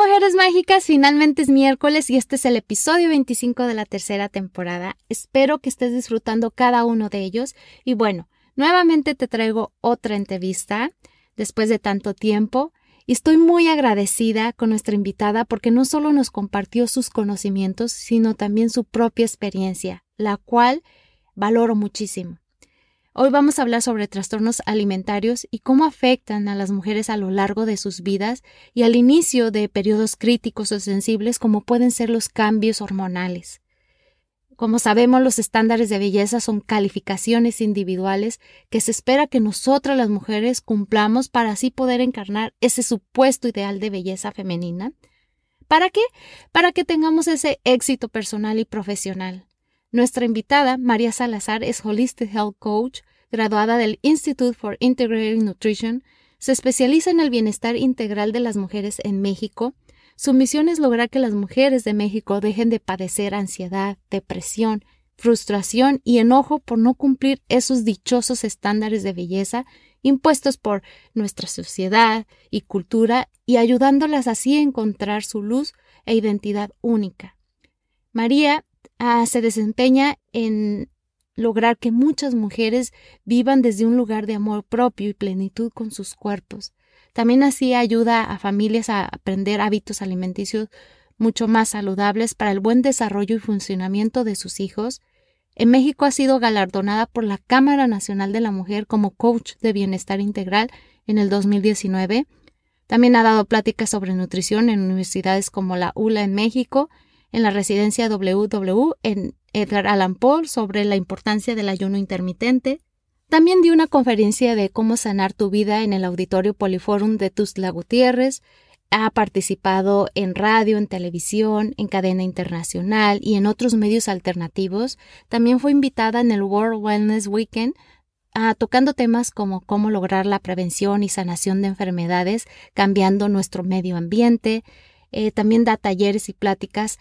mujeres mágicas, finalmente es miércoles y este es el episodio 25 de la tercera temporada. Espero que estés disfrutando cada uno de ellos y bueno, nuevamente te traigo otra entrevista después de tanto tiempo y estoy muy agradecida con nuestra invitada porque no solo nos compartió sus conocimientos, sino también su propia experiencia, la cual valoro muchísimo. Hoy vamos a hablar sobre trastornos alimentarios y cómo afectan a las mujeres a lo largo de sus vidas y al inicio de periodos críticos o sensibles como pueden ser los cambios hormonales. Como sabemos, los estándares de belleza son calificaciones individuales que se espera que nosotras las mujeres cumplamos para así poder encarnar ese supuesto ideal de belleza femenina. ¿Para qué? Para que tengamos ese éxito personal y profesional. Nuestra invitada, María Salazar, es Holistic Health Coach, graduada del Institute for Integrative Nutrition, se especializa en el bienestar integral de las mujeres en México. Su misión es lograr que las mujeres de México dejen de padecer ansiedad, depresión, frustración y enojo por no cumplir esos dichosos estándares de belleza impuestos por nuestra sociedad y cultura y ayudándolas así a encontrar su luz e identidad única. María se desempeña en lograr que muchas mujeres vivan desde un lugar de amor propio y plenitud con sus cuerpos. También así ayuda a familias a aprender hábitos alimenticios mucho más saludables para el buen desarrollo y funcionamiento de sus hijos. En México ha sido galardonada por la Cámara Nacional de la Mujer como Coach de Bienestar Integral en el 2019. También ha dado pláticas sobre nutrición en universidades como la ULA en México, en la residencia WW en Edgar Allan Poe sobre la importancia del ayuno intermitente. También dio una conferencia de cómo sanar tu vida en el Auditorio Poliforum de Tuxtla Gutiérrez. Ha participado en radio, en televisión, en cadena internacional y en otros medios alternativos. También fue invitada en el World Wellness Weekend tocando temas como cómo lograr la prevención y sanación de enfermedades cambiando nuestro medio ambiente. También da talleres y pláticas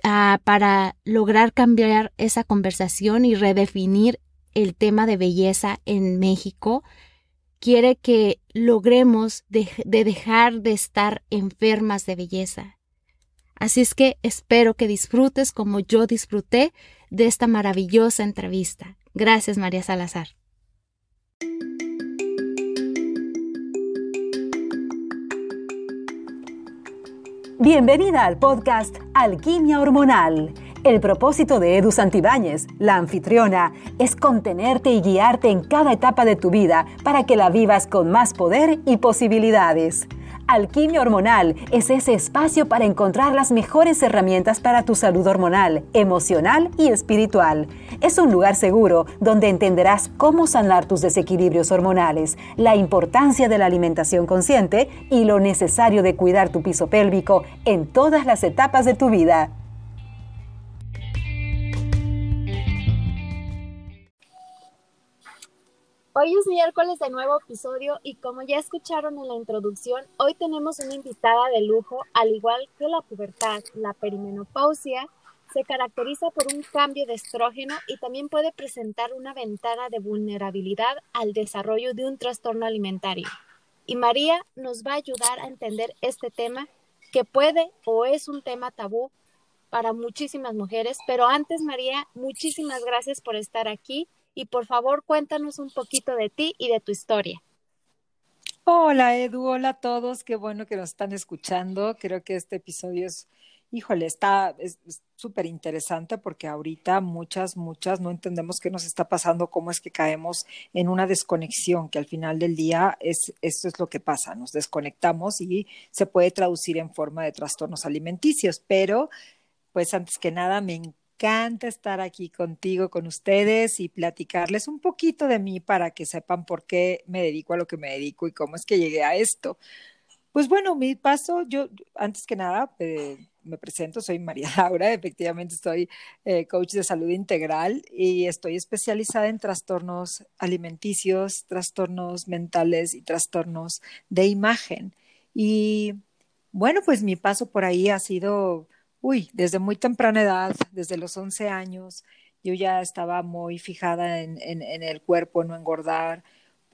para lograr cambiar esa conversación y redefinir el tema de belleza en México. Quiere que logremos de dejar de estar enfermas de belleza. Así es que espero que disfrutes como yo disfruté de esta maravillosa entrevista. Gracias, María Salazar. Bienvenida al podcast Alquimia Hormonal. El propósito de Edu Santibáñez, la anfitriona, es contenerte y guiarte en cada etapa de tu vida para que la vivas con más poder y posibilidades. Alquimia Hormonal es ese espacio para encontrar las mejores herramientas para tu salud hormonal, emocional y espiritual. Es un lugar seguro donde entenderás cómo sanar tus desequilibrios hormonales, la importancia de la alimentación consciente y lo necesario de cuidar tu piso pélvico en todas las etapas de tu vida. Hoy es miércoles de nuevo episodio y como ya escucharon en la introducción, hoy tenemos una invitada de lujo. Al igual que la pubertad, la perimenopausia se caracteriza por un cambio de estrógeno y también puede presentar una ventana de vulnerabilidad al desarrollo de un trastorno alimentario. Y María nos va a ayudar a entender este tema que puede o es un tema tabú para muchísimas mujeres. Pero antes, María, muchísimas gracias por estar aquí. Y por favor, cuéntanos un poquito de ti y de tu historia. Hola Edu, hola a todos, qué bueno que nos están escuchando. Creo que este episodio es súper interesante porque ahorita muchas no entendemos qué nos está pasando, cómo es que caemos en una desconexión, que al final del día esto es lo que pasa, nos desconectamos y se puede traducir en forma de trastornos alimenticios, pero pues antes que nada me encanta estar aquí contigo, con ustedes y platicarles un poquito de mí para que sepan por qué me dedico a lo que me dedico y cómo es que llegué a esto. Pues bueno, mi paso, yo antes que nada me presento, soy María Laura, efectivamente soy coach de salud integral y estoy especializada en trastornos alimenticios, trastornos mentales y trastornos de imagen. Y bueno, pues mi paso por ahí ha sido desde muy temprana edad, desde los 11 años, yo ya estaba muy fijada en el cuerpo, no engordar,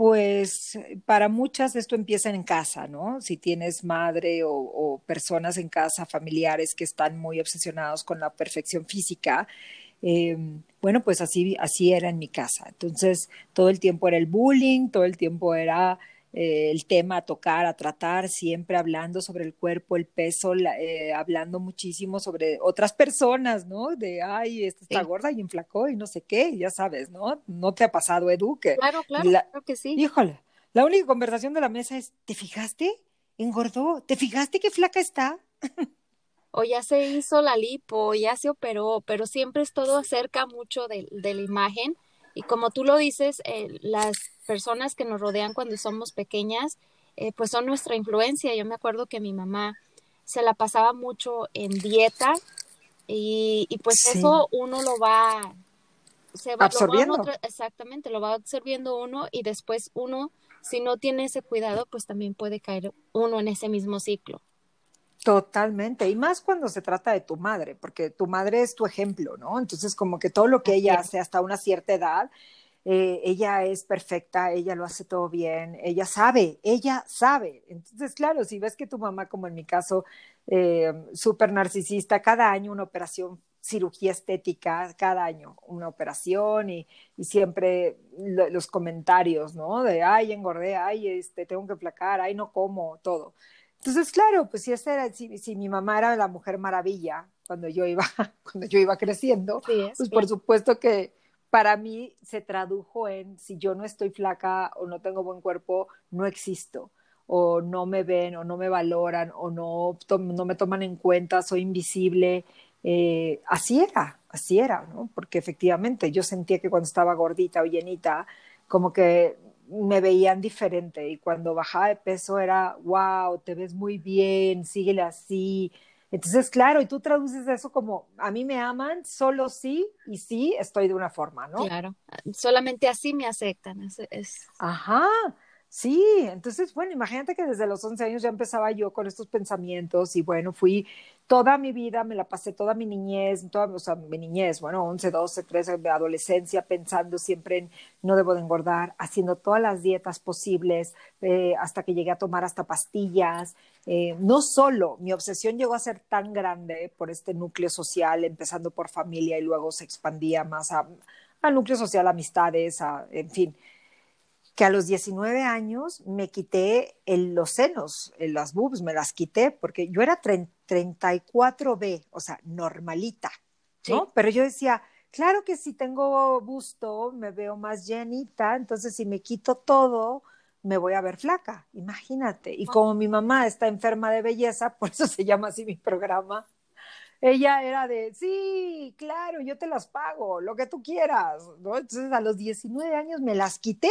Pues para muchas esto empieza en casa, ¿no? Si tienes madre o personas en casa, familiares que están muy obsesionados con la perfección física, eh, bueno, pues así era en mi casa. Entonces, todo el tiempo era el bullying, todo el tiempo era el tema a tocar, a tratar, siempre hablando sobre el cuerpo, el peso, hablando muchísimo sobre otras personas, ¿no? De, ay, esta está Sí, gorda y enflacó y no sé qué, ya sabes, ¿no? ¿No te ha pasado, Edu, que claro, claro, la, creo que sí. híjole, la única conversación de la mesa es, ¿te fijaste? Engordó, ¿te fijaste qué flaca está? O ya se hizo la lipo, ya se operó, pero siempre es todo acerca mucho de la imagen. Y como tú lo dices, las personas que nos rodean cuando somos pequeñas, pues son nuestra influencia. Yo me acuerdo que mi mamá se la pasaba mucho en dieta y pues Sí, eso uno lo va absorbiendo. exactamente, lo va absorbiendo uno y después uno, si no tiene ese cuidado, pues también puede caer uno en ese mismo ciclo. Totalmente, y más cuando se trata de tu madre, porque tu madre es tu ejemplo, ¿no? Entonces, como que todo lo que Así ella es. hace hasta una cierta edad, ella es perfecta, ella lo hace todo bien, ella sabe. Entonces, claro, si ves que tu mamá, como en mi caso, súper narcisista, cada año una operación, cirugía estética, cada año una operación y siempre los comentarios, ¿no? De, ay, engordé, ay, tengo que flacar, ay, no como, todo. Entonces, claro, pues si mi mamá era la Mujer Maravilla cuando yo iba creciendo, Así es, pues por claro. supuesto que para mí se tradujo en si yo no estoy flaca o no tengo buen cuerpo, no existo, o no me ven, o no me valoran, o no me toman en cuenta, soy invisible. Así era, ¿no? Porque efectivamente yo sentía que cuando estaba gordita o llenita, como que me veían diferente y cuando bajaba de peso era, wow, te ves muy bien, síguele así. Entonces, claro, y tú traduces eso como, a mí me aman solo sí y sí estoy de una forma, ¿no? Claro, solamente así me aceptan. Ajá, sí, entonces, bueno, imagínate que desde los 11 años ya empezaba yo con estos pensamientos y bueno, fui toda mi vida, me la pasé toda mi niñez, o sea, mi niñez, bueno, 11, 12, 13, de adolescencia, pensando siempre en no debo de engordar, haciendo todas las dietas posibles, hasta que llegué a tomar hasta pastillas. No solo, mi obsesión llegó a ser tan grande por este núcleo social, empezando por familia y luego se expandía más al núcleo social, amistades, en fin que a los 19 años me quité los senos, las boobs, me las quité porque yo era 34B, o sea, normalita, Sí, ¿no? Pero yo decía, claro que si tengo busto, me veo más llenita, entonces si me quito todo, me voy a ver flaca, imagínate. Y como mi mamá está enferma de belleza, por eso se llama así mi programa, ella era de, sí, claro, yo te las pago, lo que tú quieras, ¿no? Entonces a los 19 años me las quité.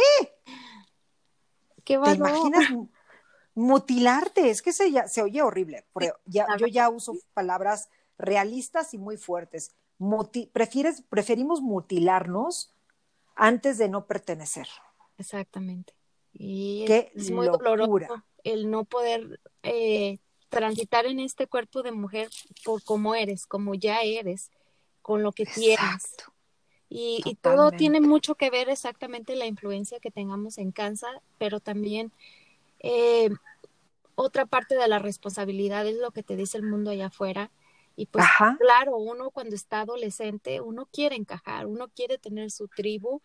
qué ¿Te valor. imaginas mutilarte? Es que se oye horrible, Sí, pero la yo verdad, ya uso palabras realistas y muy fuertes. Preferimos mutilarnos antes de no pertenecer. exactamente. Y ¡Qué es muy locura! doloroso el no poder transitar en este cuerpo de mujer por cómo eres, como ya eres, con lo que tienes. Exacto, Y todo tiene totalmente. mucho que ver exactamente la influencia que tengamos en casa, pero también eh, otra parte de la responsabilidad es lo que te dice el mundo allá afuera. Y pues Ajá, claro, uno cuando está adolescente, uno quiere encajar, uno quiere tener su tribu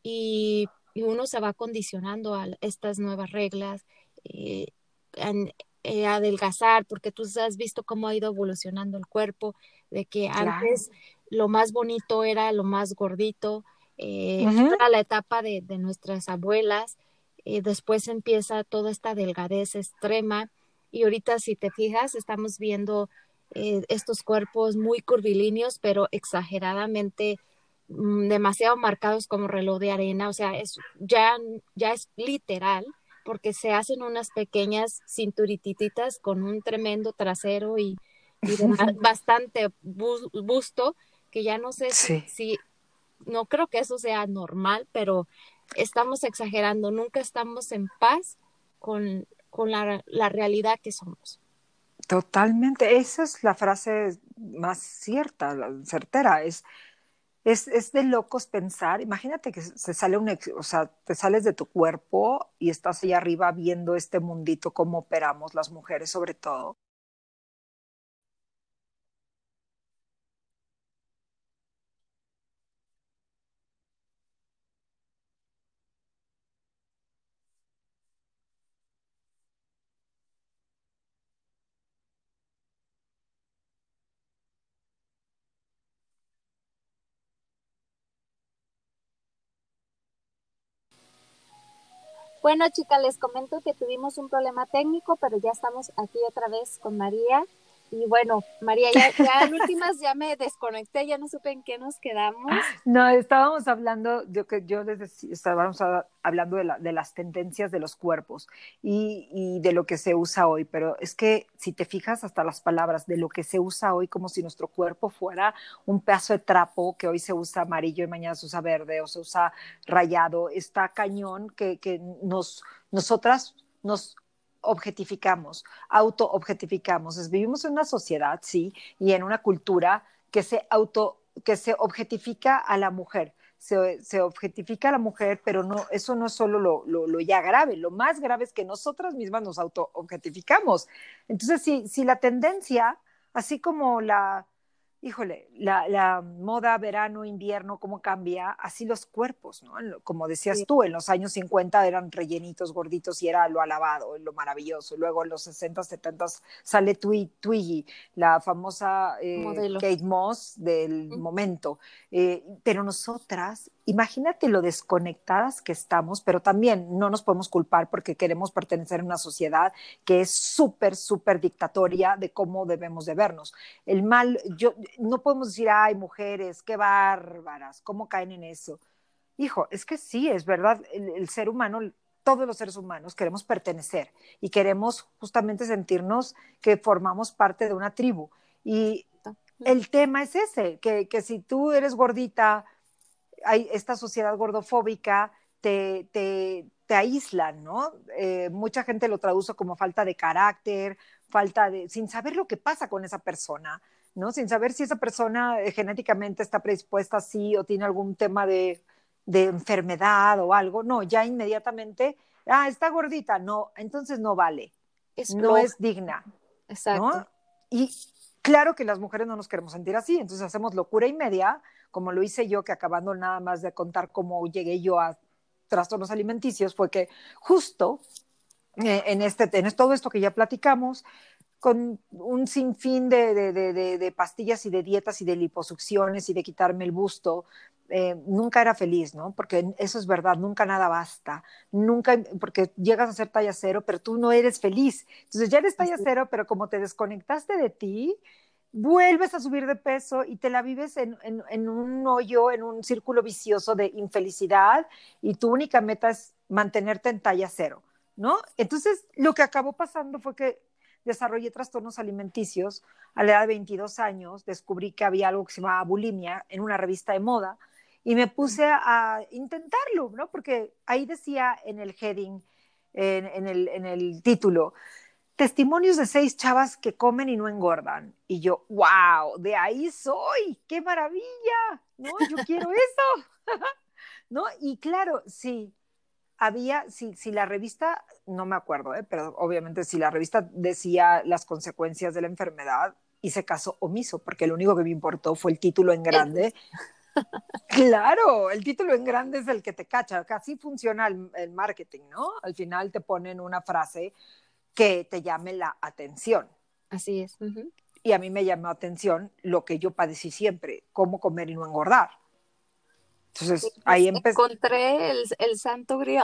y uno se va condicionando a estas nuevas reglas, eh, an- adelgazar, porque tú has visto cómo ha ido evolucionando el cuerpo, de que claro. antes lo más bonito era lo más gordito, Ujú. era la etapa de nuestras abuelas, después empieza toda esta delgadez extrema y ahorita si te fijas estamos viendo estos cuerpos muy curvilíneos pero exageradamente demasiado marcados como reloj de arena, o sea, ya es literal porque se hacen unas pequeñas cinturititas con un tremendo trasero bastante busto que ya no sé Sí. si no creo que eso sea normal, pero estamos exagerando, nunca estamos en paz con la realidad que somos. Totalmente, esa es la frase más cierta, la certera, Es de locos pensar, imagínate que se sale o sea, te sales de tu cuerpo y estás allá arriba viendo este mundito, cómo operamos las mujeres sobre todo. Bueno, chicas, les comento que tuvimos un problema técnico, pero ya estamos aquí otra vez con María. Y bueno, María, ya en últimas ya me desconecté, ya no supe en qué nos quedamos. No, estábamos hablando, yo les decía, estábamos hablando de las tendencias de los cuerpos y de lo que se usa hoy, pero es que si te fijas hasta las palabras de lo que se usa hoy, como si nuestro cuerpo fuera un pedazo de trapo que hoy se usa amarillo y mañana se usa verde o se usa rayado, está cañón que nosotras nos objetificamos, autoobjetificamos. Vivimos en una sociedad, sí, y en una cultura que se objetifica a la mujer. Se objetifica a la mujer, pero no, eso no es solo lo ya grave. Lo más grave es que nosotras mismas nos autoobjetificamos. Entonces, si la tendencia, así como híjole, la moda verano, invierno, cómo cambia, así los cuerpos, ¿no? Como decías Sí. tú, en los años 50 eran rellenitos, gorditos y era lo alabado, lo maravilloso. Luego en los 60, 70 sale Twiggy, la famosa Modelo. Kate Moss del momento. Pero nosotras, imagínate lo desconectadas que estamos, pero también no nos podemos culpar porque queremos pertenecer a una sociedad que es súper, súper dictatoria de cómo debemos de vernos. El mal, no podemos decir, ay, mujeres, qué bárbaras, cómo caen en eso. Hijo, es que sí, es verdad, el ser humano, todos los seres humanos queremos pertenecer y queremos justamente sentirnos que formamos parte de una tribu. Y el tema es ese, que si tú eres gordita, hay esta sociedad gordofóbica, te aíslan, ¿no? Mucha gente lo traduce como falta de carácter, sin saber lo que pasa con esa persona, ¿no? Sin saber si esa persona genéticamente está predispuesta así o tiene algún tema de enfermedad o algo. No, ya inmediatamente, está gordita, no, entonces no vale, Es no floja. es digna, Exacto. ¿no? Y claro que las mujeres no nos queremos sentir así, entonces hacemos locura y media, como lo hice yo, que acabando nada más de contar cómo llegué yo a trastornos alimenticios, fue que justo en todo esto que ya platicamos, con un sinfín de pastillas y de dietas y de liposucciones y de quitarme el busto, nunca era feliz, ¿no? Porque eso es verdad, nunca nada basta, nunca, porque llegas a ser talla cero, pero tú no eres feliz. Entonces ya eres talla Así. cero, pero como te desconectaste de ti, vuelves a subir de peso y te la vives en un hoyo, en un círculo vicioso de infelicidad y tu única meta es mantenerte en talla cero, ¿no? Entonces, lo que acabó pasando fue que desarrollé trastornos alimenticios. A la edad de 22 años descubrí que había algo que se llamaba bulimia en una revista de moda y me puse a intentarlo, ¿no? Porque ahí decía en el heading, en el título, testimonios de 6 chavas que comen y no engordan. Y yo, wow, de ahí soy, qué maravilla, ¿no? Yo quiero eso, ¿no? Y claro, sí, si la revista, no me acuerdo, pero obviamente si la revista decía las consecuencias de la enfermedad, hice caso omiso, porque lo único que me importó fue el título en grande. Claro, el título en grande es el que te cacha, casi funciona el marketing, ¿no? Al final te ponen una frase que te llame la atención. Así es. Uh-huh. Y a mí me llamó atención lo que yo padecí siempre, cómo comer y no engordar. Entonces, Pues ahí empecé. encontré el santo grial.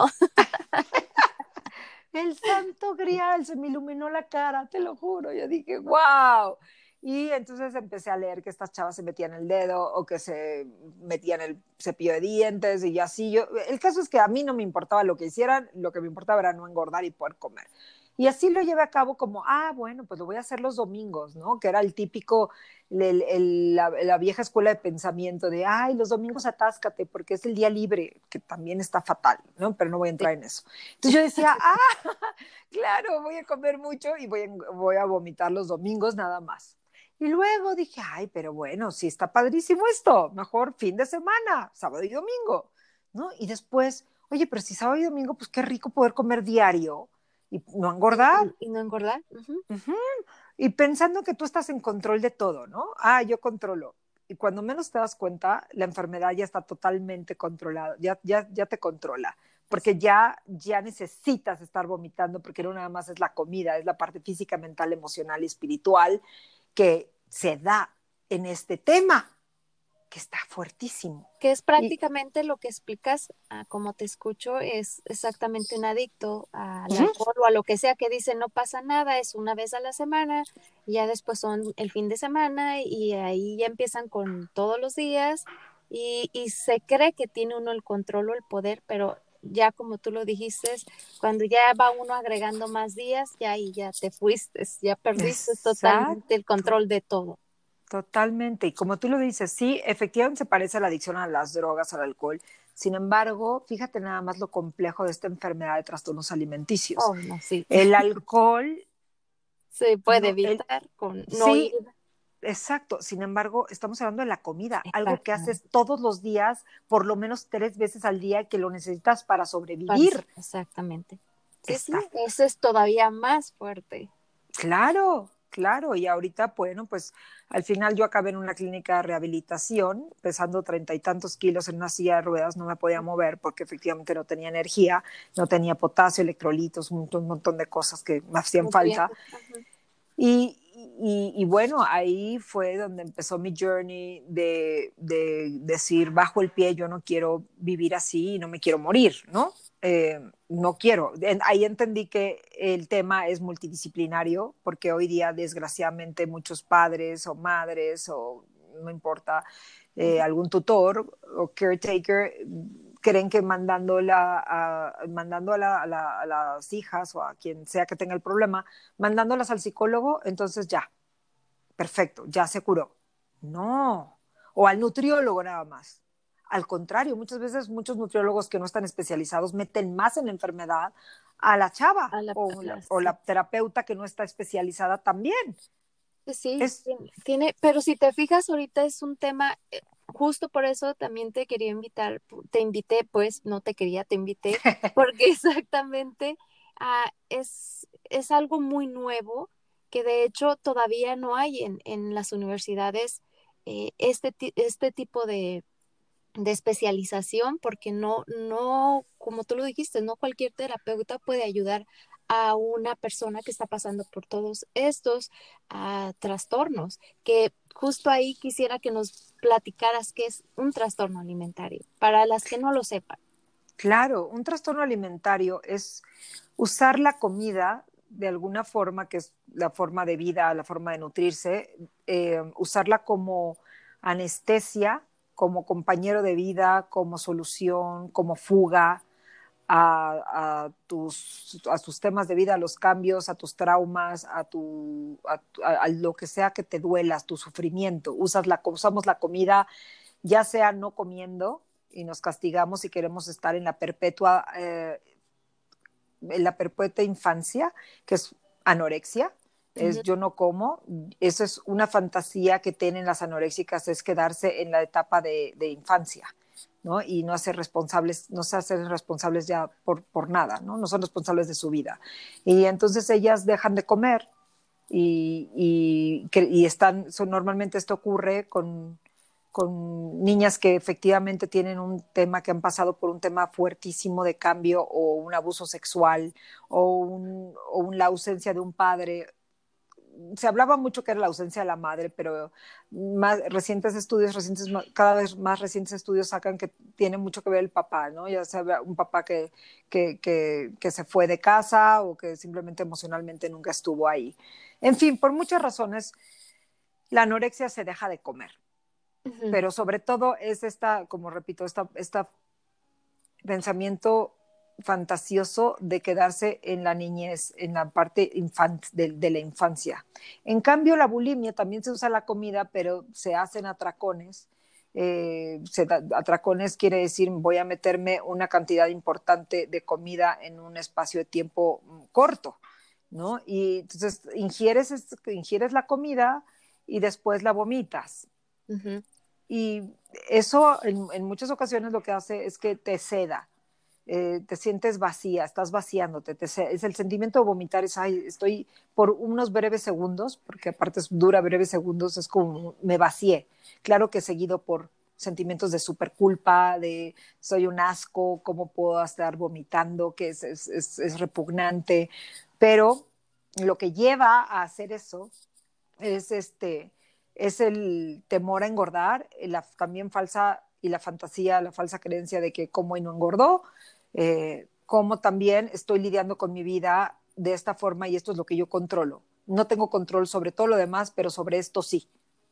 El santo grial, se me iluminó la cara, te lo juro. Yo dije, wow. Y entonces empecé a leer que estas chavas se metían el dedo o que se metían el cepillo de dientes y así. El caso es que a mí no me importaba lo que hicieran, lo que me importaba era no engordar y poder comer. Y así lo llevé a cabo como, bueno, pues lo voy a hacer los domingos, ¿no? Que era el típico, la vieja escuela de pensamiento de, los domingos atáscate porque es el día libre, que también está fatal, ¿no? Pero no voy a entrar en eso. Entonces yo decía, claro, voy a comer mucho y voy a vomitar los domingos nada más. Y luego dije, ay, pero bueno, sí está padrísimo esto, mejor fin de semana, sábado y domingo, ¿no? Y después, oye, pero si sábado y domingo, pues qué rico poder comer diario y no engordar. Y no engordar. Ujú. Ujú. Y pensando que tú estás en control de todo, ¿no? Ah, yo controlo. Y cuando menos te das cuenta, la enfermedad ya está totalmente controlada, ya te controla, porque ya necesitas estar vomitando, porque no nada más es la comida, es la parte física, mental, emocional y espiritual que se da en este tema, que está fuertísimo. Que es Y, prácticamente lo que explicas, como te escucho, es exactamente un adicto al uh-huh, alcohol o a lo que sea que dice no pasa nada, es una vez a la semana, y ya después son el fin de semana y ahí ya empiezan con todos los días y se cree que tiene uno el control o el poder, pero ya como tú lo dijiste, cuando ya va uno agregando más días, ya ahí ya te fuiste, ya perdiste totalmente el exacto. control de todo. Totalmente. Y como tú lo dices, sí, efectivamente se parece a la adicción a las drogas, al alcohol. Sin embargo, fíjate nada más lo complejo de esta enfermedad de trastornos alimenticios. Oh, no, sí. El alcohol, Se puede no, evitar con no ir. sí, exacto. Sin embargo, estamos hablando de la comida, algo que haces Exactamente. todos los días, por lo menos 3 veces al día, y que lo necesitas para sobrevivir. Exactamente. Sí, sí, Está eso es todavía más fuerte. claro, claro, y ahorita, bueno, pues al final yo acabé en una clínica de rehabilitación, pesando 30 y tantos kilos en una silla de ruedas, no me podía mover porque efectivamente no tenía energía, no tenía potasio, electrolitos, un montón de cosas que me hacían falta. Nutrientes. Ajá. Y, y bueno, ahí fue donde empezó mi journey de decir, bajo el pie, yo no quiero vivir así y no me quiero morir, ¿no? No quiero. Ahí entendí que el tema es multidisciplinario, porque hoy día, desgraciadamente, muchos padres o madres o no importa, algún tutor o caretaker creen que mandando a las hijas o a quien sea que tenga el problema, mandándolas al psicólogo, entonces ya, perfecto, ya se curó. No, o al nutriólogo nada más. Al contrario, muchas veces muchos nutriólogos que no están especializados meten más en la enfermedad a la chava o Sí. la terapeuta que no está especializada también. Sí, Es, pero si te fijas, ahorita es un tema, justo por eso también te quería invitar, te invité, pues, no te quería, te invité, porque exactamente es algo muy nuevo que de hecho todavía no hay en las universidades este tipo de especialización, porque no, como tú lo dijiste, no cualquier terapeuta puede ayudar a una persona que está pasando por todos estos trastornos, que justo ahí quisiera que nos platicaras qué es un trastorno alimentario, para las que no lo sepan. claro, un trastorno alimentario es usar la comida de alguna forma, que es la forma de vida, la forma de nutrirse, usarla como anestesia, como compañero de vida, como solución, como fuga a tus temas de vida, a los cambios, a tus traumas, a lo que sea que te duelas, tu sufrimiento. Usamos la comida, ya sea no comiendo y nos castigamos y queremos estar en la perpetua infancia, que es anorexia, es Ujú. yo no como, eso es una fantasía que tienen las anoréxicas, es quedarse en la etapa de infancia, ¿no? Y no hacer responsables, no se hacen responsables ya por nada, ¿no? No son responsables de su vida. Y entonces ellas dejan de comer y normalmente esto ocurre con niñas que efectivamente tienen un tema, que han pasado por un tema fuertísimo de cambio o un abuso sexual la ausencia de un padre. Se hablaba mucho que era la ausencia de la madre, pero cada vez más recientes estudios sacan que tiene mucho que ver el papá, ¿no? Ya sea un papá que se fue de casa o que simplemente emocionalmente nunca estuvo ahí. En fin, por muchas razones, la anorexia se deja de comer, Ujú. pero sobre todo es como repito, esta pensamiento fantasioso de quedarse en la niñez, en la parte de la infancia. En cambio, la bulimia también se usa la comida, pero se hacen atracones. Atracones quiere decir voy a meterme una cantidad importante de comida en un espacio de tiempo corto, ¿no? Y entonces ingieres la comida y después la vomitas. Ujú. Y eso en muchas ocasiones lo que hace es que te seda, te sientes vacía, estás vaciándote, es el sentimiento de vomitar, es, ay, estoy por unos breves segundos, porque aparte dura breves segundos, es como me vacié. Claro que seguido por sentimientos de super culpa, de soy un asco, cómo puedo estar vomitando, que es repugnante, pero lo que lleva a hacer eso es es el temor a engordar, también falsa y la fantasía, la falsa creencia de que como y no engordó, como también estoy lidiando con mi vida de esta forma y esto es lo que yo controlo. No tengo control sobre todo lo demás, pero sobre esto sí.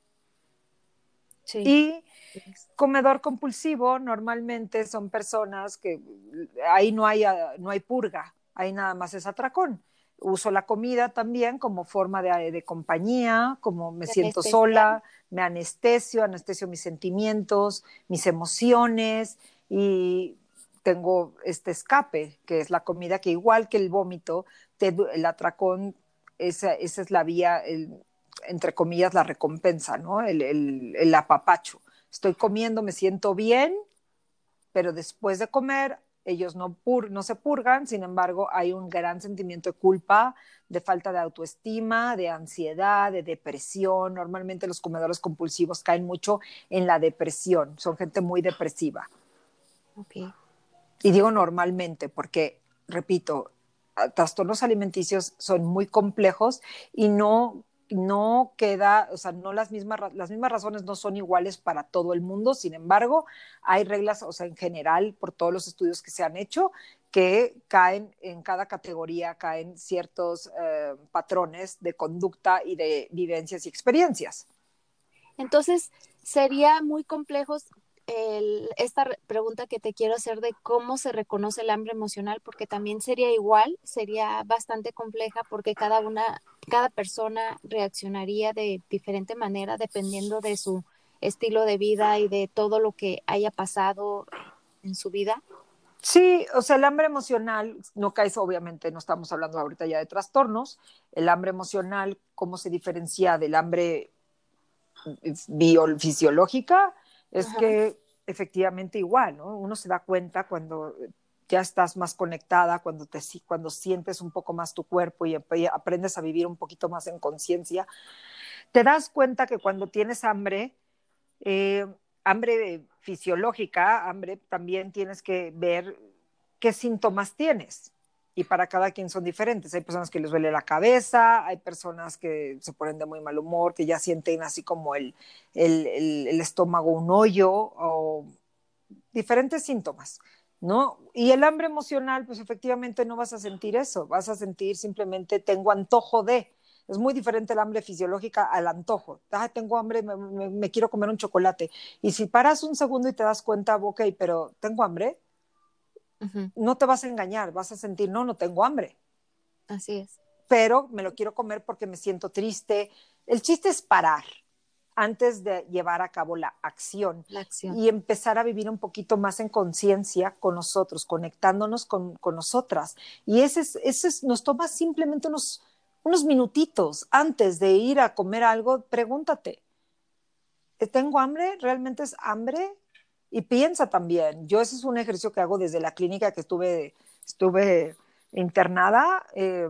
Sí. Y comedor compulsivo normalmente son personas que ahí no hay purga, ahí nada más es atracón. Uso la comida también como forma de compañía, como me De siento anestesia. sola, me anestesio mis sentimientos, mis emociones y tengo este escape, que es la comida que igual que el vómito, el atracón, esa es la vía, entre comillas, la recompensa, ¿no? El apapacho. Estoy comiendo, me siento bien, pero después de comer ellos no se purgan, sin embargo hay un gran sentimiento de culpa, de falta de autoestima, de ansiedad, de depresión. Normalmente los comedores compulsivos caen mucho en la depresión, son gente muy depresiva. Ok. Y digo normalmente porque, repito, trastornos alimenticios son muy complejos y no queda, o sea, no las mismas razones no son iguales para todo el mundo, sin embargo, hay reglas, o sea, en general, por todos los estudios que se han hecho, que caen en cada categoría, caen ciertos patrones de conducta y de vivencias y experiencias. Entonces, sería muy complejo esta pregunta que te quiero hacer de cómo se reconoce el hambre emocional, porque también sería igual, sería bastante compleja porque cada persona reaccionaría de diferente manera dependiendo de su estilo de vida y de todo lo que haya pasado en su vida. Sí, o sea, el hambre emocional, no caes, obviamente, no estamos hablando ahorita ya de trastornos, el hambre emocional, ¿cómo se diferencia del hambre fisiológica? Es Ajá. que efectivamente igual, ¿no? Uno se da cuenta cuando ya estás más conectada, cuando sientes un poco más tu cuerpo y aprendes a vivir un poquito más en conciencia, te das cuenta que cuando tienes hambre, eh, hambre fisiológica, hambre, también tienes que ver qué síntomas tienes. Y para cada quien son diferentes. Hay personas que les duele la cabeza, hay personas que se ponen de muy mal humor, que ya sienten así como el estómago un hoyo o diferentes síntomas, ¿no? Y el hambre emocional, pues efectivamente no vas a sentir eso, vas a sentir simplemente tengo antojo de. Es muy diferente el hambre fisiológica al antojo. Ah, tengo hambre, me quiero comer un chocolate. Y si paras un segundo y te das cuenta, ok, pero tengo hambre, Ujú. no te vas a engañar, vas a sentir, no tengo hambre, Así es, pero me lo quiero comer porque me siento triste. El chiste es parar antes de llevar a cabo la acción la acción. y empezar a vivir un poquito más en conciencia con nosotros, conectándonos con nosotras. Y nos toma simplemente unos minutitos antes de ir a comer algo, pregúntate, ¿tengo hambre? ¿Realmente es hambre? Y piensa también, yo ese es un ejercicio que hago desde la clínica que estuve internada,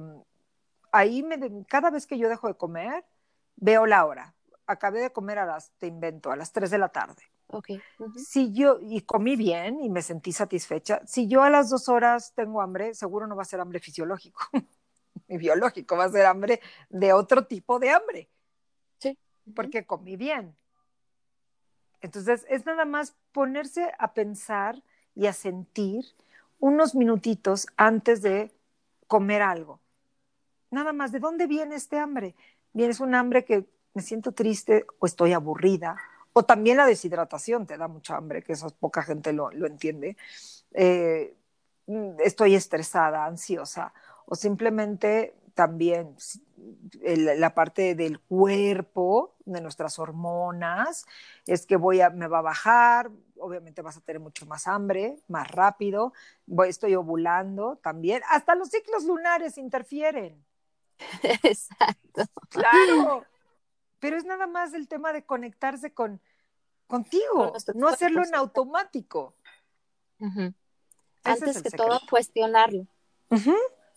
ahí cada vez que yo dejo de comer, veo la hora. Acabé de comer te invento, a las 3 de la tarde. Ok. Ujú. Y comí bien y me sentí satisfecha, si yo a las 2 horas tengo hambre, seguro no va a ser hambre fisiológico ni biológico, va a ser hambre de otro tipo de hambre, Sí. Ujú. porque comí bien. Entonces, es nada más ponerse a pensar y a sentir unos minutitos antes de comer algo. Nada más, ¿de dónde viene este hambre? Viene un hambre que me siento triste o estoy aburrida, o también la deshidratación te da mucha hambre, que eso poca gente lo entiende. Eh, Estoy estresada, ansiosa, o simplemente también la parte del cuerpo, de nuestras hormonas, es que me va a bajar, obviamente vas a tener mucho más hambre, más rápido, estoy ovulando también, hasta los ciclos lunares interfieren. Exacto. Claro, pero es nada más el tema de conectarse con contigo, nuestros no hacerlo cuerpos. en automático. Ujú. Ese es Antes el que todo, secreto. cuestionarlo. Ujú,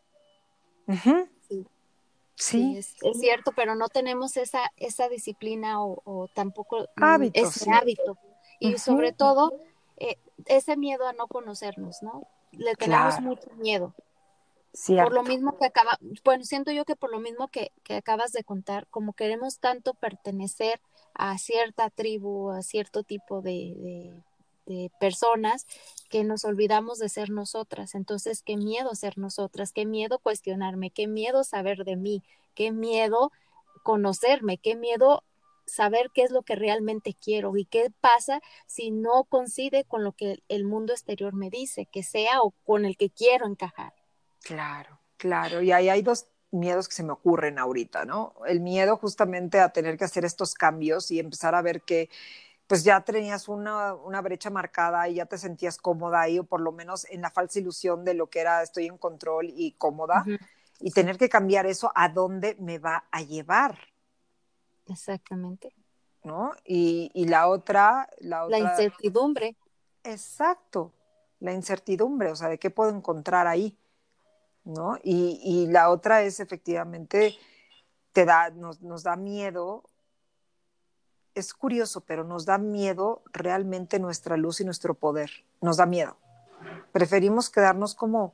ujú. Sí, sí, Sí, es cierto, pero no tenemos esa disciplina o tampoco hábitos, ese sí. hábito. Y sobre Ujú. todo, ese miedo a no conocernos, ¿no? Le tenemos Claro, mucho miedo. Por lo cierto. mismo bueno, siento yo que por lo mismo que acabas de contar, como queremos tanto pertenecer a cierta tribu, a cierto tipo de personas, que nos olvidamos de ser nosotras. Entonces, qué miedo ser nosotras, qué miedo cuestionarme, qué miedo saber de mí, qué miedo conocerme, qué miedo saber qué es lo que realmente quiero y qué pasa si no coincide con lo que el mundo exterior me dice que sea o con el que quiero encajar. Claro, claro. Y ahí hay dos miedos que se me ocurren ahorita, ¿no? El miedo justamente a tener que hacer estos cambios y empezar a ver que pues ya tenías una brecha marcada y ya te sentías cómoda ahí, o por lo menos en la falsa ilusión de lo que era estoy en control y cómoda, Ujú. y Sí, tener que cambiar eso a dónde me va a llevar, exactamente. ¿no? Y la La otra, incertidumbre, exacto, la incertidumbre, o sea, de qué puedo encontrar ahí, ¿no? Y la otra es efectivamente, nos da miedo, es curioso, pero nos da miedo realmente nuestra luz y nuestro poder, nos da miedo. Preferimos quedarnos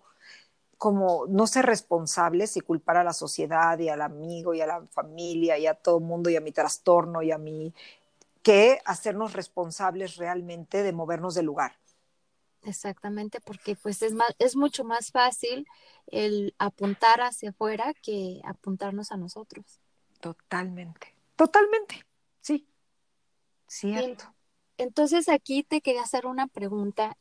como no ser responsables y culpar a la sociedad y al amigo y a la familia y a todo el mundo y a mi trastorno y a mi, que hacernos responsables realmente de movernos del lugar. exactamente, porque pues es mucho más fácil el apuntar hacia afuera que apuntarnos a nosotros. Totalmente, totalmente, sí, Bien, cierto. entonces aquí te quería hacer una pregunta.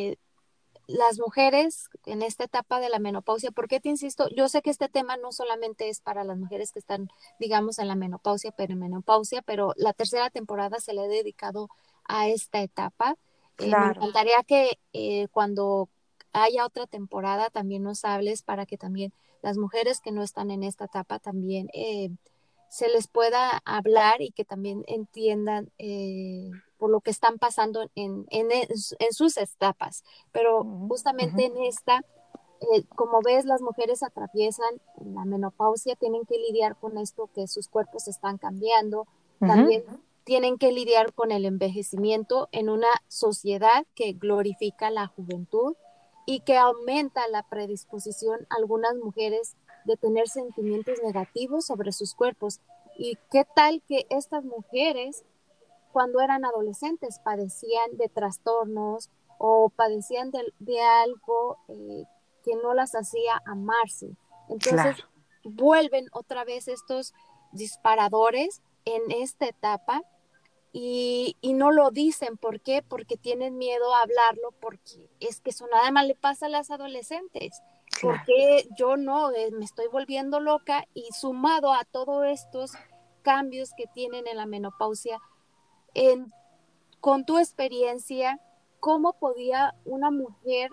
Las mujeres en esta etapa de la menopausia, ¿por qué te insisto? Yo sé que este tema no solamente es para las mujeres que están, digamos, en la menopausia, perimenopausia, pero la tercera temporada se le ha dedicado a esta etapa. Me Claro, encantaría que cuando haya otra temporada también nos hables para que también las mujeres que no están en esta etapa también se les pueda hablar y que también entiendan por lo que están pasando en sus etapas. Pero uh justamente -huh. en esta, como ves, las mujeres atraviesan la menopausia, tienen que lidiar con esto, que sus cuerpos están cambiando, Uh -huh. también tienen que lidiar con el envejecimiento en una sociedad que glorifica la juventud y que aumenta la predisposición a algunas mujeres de tener sentimientos negativos sobre sus cuerpos. ¿Y qué tal que estas mujeres, cuando eran adolescentes, padecían de trastornos o padecían de algo que no las hacía amarse? Entonces, Claro, vuelven otra vez estos disparadores en esta etapa y no lo dicen. ¿Por qué? Porque tienen miedo a hablarlo, porque es que eso nada más le pasa a las adolescentes. claro. Porque yo no, me estoy volviendo loca y sumado a todos estos cambios que tienen en la menopausia, en, con tu experiencia, ¿cómo podía una mujer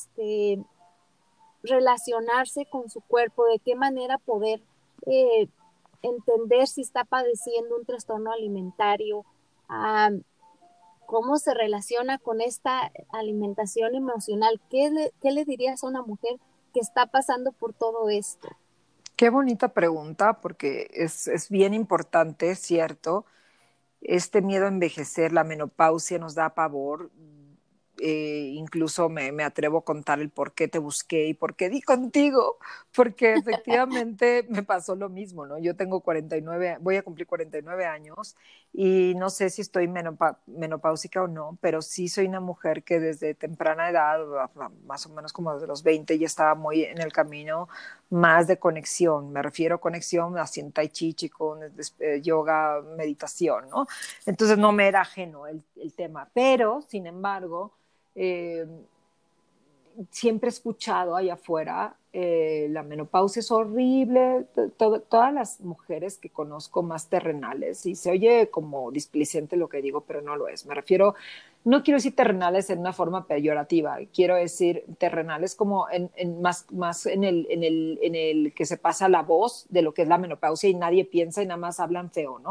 relacionarse con su cuerpo? ¿De qué manera poder eh, entender si está padeciendo un trastorno alimentario? Ah, ¿cómo se relaciona con esta alimentación emocional? ¿Qué le dirías a una mujer que está pasando por todo esto? Qué bonita pregunta, porque es bien importante, ¿cierto? Este miedo a envejecer, la menopausia nos da pavor. Incluso me atrevo a contar el por qué te busqué y por qué di contigo, porque efectivamente me pasó lo mismo, ¿no? Yo tengo 49, voy a cumplir 49 años y no sé si estoy menopáusica o no, pero sí soy una mujer que desde temprana edad, más o menos como desde los 20, ya estaba muy en el camino más de conexión. Me refiero a conexión haciendo tai chi, qigong, yoga, meditación, ¿no? Entonces no me era ajeno el tema, pero sin embargo, eh, siempre he escuchado allá afuera, la menopausia es horrible, todas las mujeres que conozco más terrenales, y se oye como displicente lo que digo, pero no lo es. Me refiero, no quiero decir terrenales en una forma peyorativa, quiero decir terrenales como más en el que se pasa la voz de lo que es la menopausia y nadie piensa y nada más hablan feo, ¿no?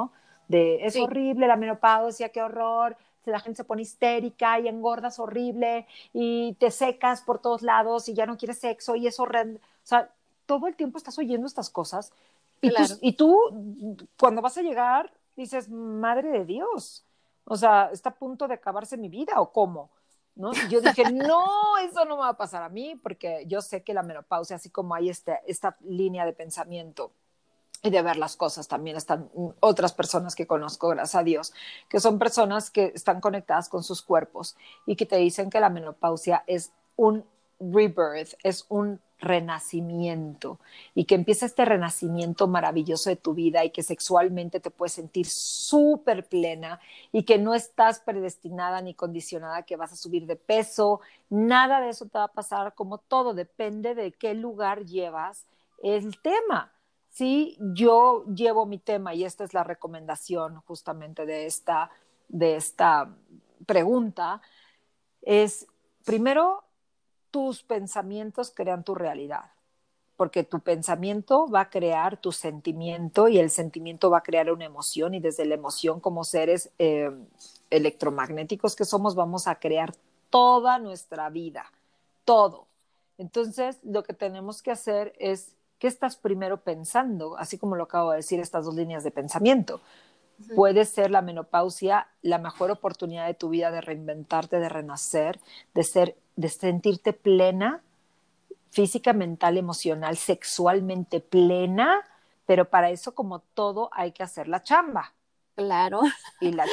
es Sí, horrible la menopausia, qué horror, la gente se pone histérica y engordas horrible y te secas por todos lados y ya no quieres sexo y es horrendo. O sea, todo el tiempo estás oyendo estas cosas claro. y tú cuando vas a llegar dices, madre de Dios, o sea, está a punto de acabarse mi vida o cómo, ¿no? Y yo dije, no, eso no me va a pasar a mí porque yo sé que la menopausia, así como hay esta línea de pensamiento y de ver las cosas. También están otras personas que conozco, gracias a Dios, que son personas que están conectadas con sus cuerpos y que te dicen que la menopausia es un rebirth, es un renacimiento y que empieza este renacimiento maravilloso de tu vida y que sexualmente te puedes sentir súper plena y que no estás predestinada ni condicionada que vas a subir de peso, nada de eso te va a pasar, como todo depende de qué lugar llevas el tema. Sí, yo llevo mi tema y esta es la recomendación justamente de esta pregunta, es primero tus pensamientos crean tu realidad, porque tu pensamiento va a crear tu sentimiento y el sentimiento va a crear una emoción y desde la emoción como seres electromagnéticos que somos vamos a crear toda nuestra vida, todo. Entonces, lo que tenemos que hacer es, ¿qué estás primero pensando? Así como lo acabo de decir, estas dos líneas de pensamiento. Ujú. Puede ser la menopausia la mejor oportunidad de tu vida de reinventarte, de renacer, de sentirte plena, física, mental, emocional, sexualmente plena, pero para eso, como todo, hay que hacer la chamba. Claro. Y la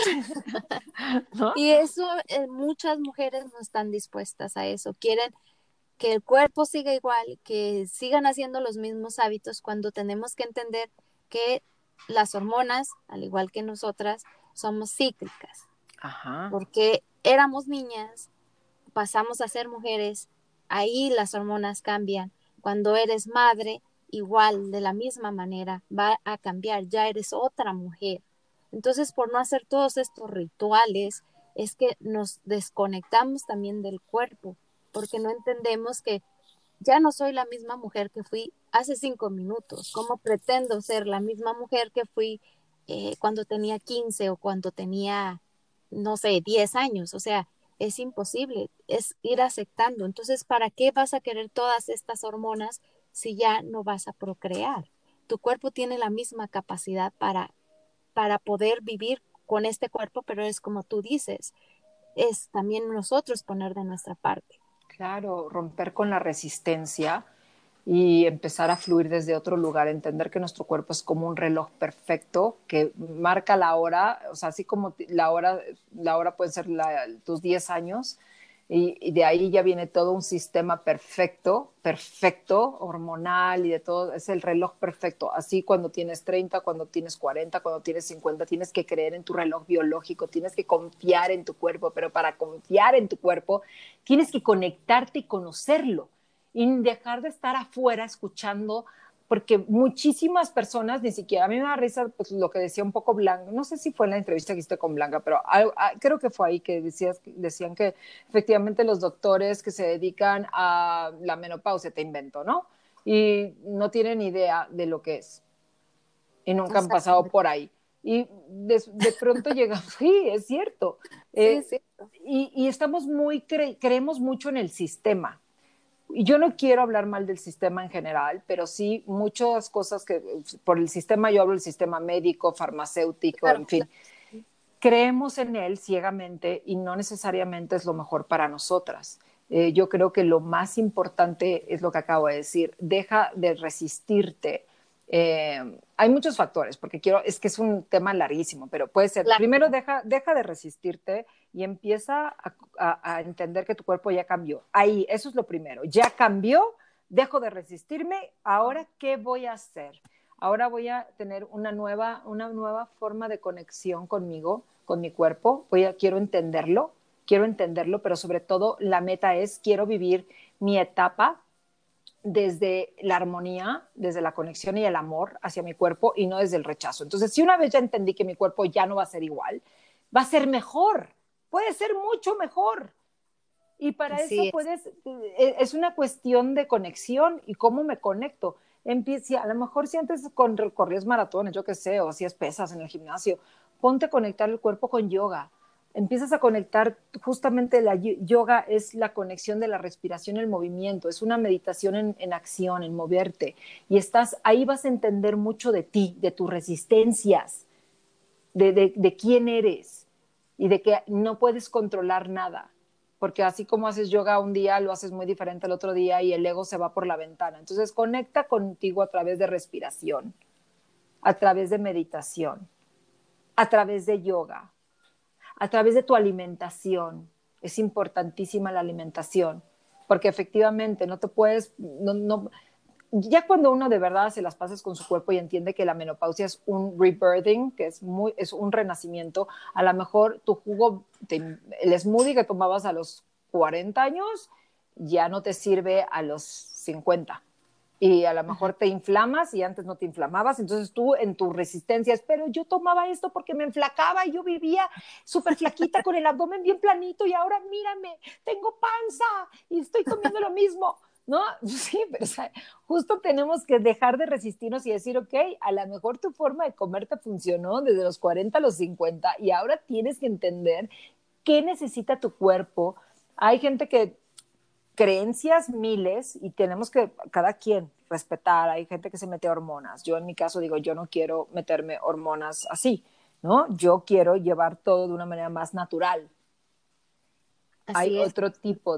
¿no? Y eso, muchas mujeres no están dispuestas a eso. Quieren que el cuerpo siga igual, que sigan haciendo los mismos hábitos cuando tenemos que entender que las hormonas, al igual que nosotras, somos cíclicas, Ajá. porque éramos niñas, pasamos a ser mujeres, ahí las hormonas cambian. Cuando eres madre, igual, de la misma manera, va a cambiar, ya eres otra mujer. Entonces, por no hacer todos estos rituales, es que nos desconectamos también del cuerpo, porque no entendemos que ya no soy la misma mujer que fui hace 5 minutos. ¿Cómo pretendo ser la misma mujer que fui cuando tenía 15 o cuando tenía, no sé, 10 años? O sea, es imposible, es ir aceptando. Entonces, ¿para qué vas a querer todas estas hormonas si ya no vas a procrear? Tu cuerpo tiene la misma capacidad para poder vivir con este cuerpo, pero es como tú dices, es también nosotros poner de nuestra parte. Claro, romper con la resistencia y empezar a fluir desde otro lugar, entender que nuestro cuerpo es como un reloj perfecto que marca la hora, o sea, así como la hora puede ser tus 10 años, y de ahí ya viene todo un sistema perfecto, perfecto, hormonal y de todo, es el reloj perfecto. Así cuando tienes 30, cuando tienes 40, cuando tienes 50, tienes que creer en tu reloj biológico, tienes que confiar en tu cuerpo, pero para confiar en tu cuerpo tienes que conectarte y conocerlo y dejar de estar afuera escuchando, porque muchísimas personas, ni siquiera, a mí me da risa pues, lo que decía un poco Blanca, no sé si fue en la entrevista que hiciste con Blanca, pero creo que fue ahí que decían que efectivamente los doctores que se dedican a la menopausia, te invento, ¿no? Y no tienen idea de lo que es y nunca han pasado Exactamente. por ahí. Y de pronto llegamos, sí, es cierto. Sí, Eh, sí. y estamos creemos mucho en el sistema. Y yo no quiero hablar mal del sistema en general, pero sí muchas cosas que por el sistema, yo hablo del sistema médico, farmacéutico, Claro, en fin, creemos en él ciegamente y no necesariamente es lo mejor para nosotras. Yo creo que lo más importante es lo que acabo de decir, deja de resistirte. Hay muchos factores, porque es que es un tema larguísimo, pero puede ser, claro. primero deja de resistirte y empieza a entender que tu cuerpo ya cambió. Ahí, eso es lo primero, ya cambió, dejo de resistirme, ahora ¿qué voy a hacer? Ahora voy a tener una nueva forma de conexión conmigo, con mi cuerpo. Quiero entenderlo, pero sobre todo la meta es, quiero vivir mi etapa desde la armonía, desde la conexión y el amor hacia mi cuerpo y no desde el rechazo. Entonces, si una vez ya entendí que mi cuerpo ya no va a ser igual, va a ser mejor, puede ser mucho mejor. Y para eso Así es. es una cuestión de conexión y cómo me conecto. A lo mejor si antes corrías maratones, yo qué sé, o hacías pesas en el gimnasio, ponte a conectar el cuerpo con yoga. Empiezas a conectar, justamente la yoga es la conexión de la respiración y el movimiento, es una meditación en acción, en moverte, y ahí vas a entender mucho de ti, de tus resistencias, de quién eres y de que no puedes controlar nada, porque así como haces yoga un día, lo haces muy diferente al otro día y el ego se va por la ventana. Entonces conecta contigo a través de respiración, a través de meditación, a través de yoga, a través de tu alimentación. Es importantísima la alimentación, porque efectivamente no te puedes, ya cuando uno de verdad se las pasas con su cuerpo y entiende que la menopausia es un rebirthing, que es un renacimiento, a lo mejor tu jugo, el smoothie que tomabas a los 40 años ya no te sirve a los 50. Y a lo mejor te inflamas y antes no te inflamabas, entonces tú en tu resistencia, pero yo tomaba esto porque me enflacaba y yo vivía súper flaquita con el abdomen bien planito y ahora mírame, tengo panza y estoy comiendo lo mismo, ¿no? Sí, pero o sea, justo tenemos que dejar de resistirnos y decir, ok, a lo mejor tu forma de comer te funcionó desde los 40 a los 50 y ahora tienes que entender qué necesita tu cuerpo. Hay gente que creencias miles y tenemos que cada quien respetar. Hay gente que se mete hormonas. Yo en mi caso digo, yo no quiero meterme hormonas así, ¿no? Yo quiero llevar todo de una manera más natural. Hay Así es. otro tipo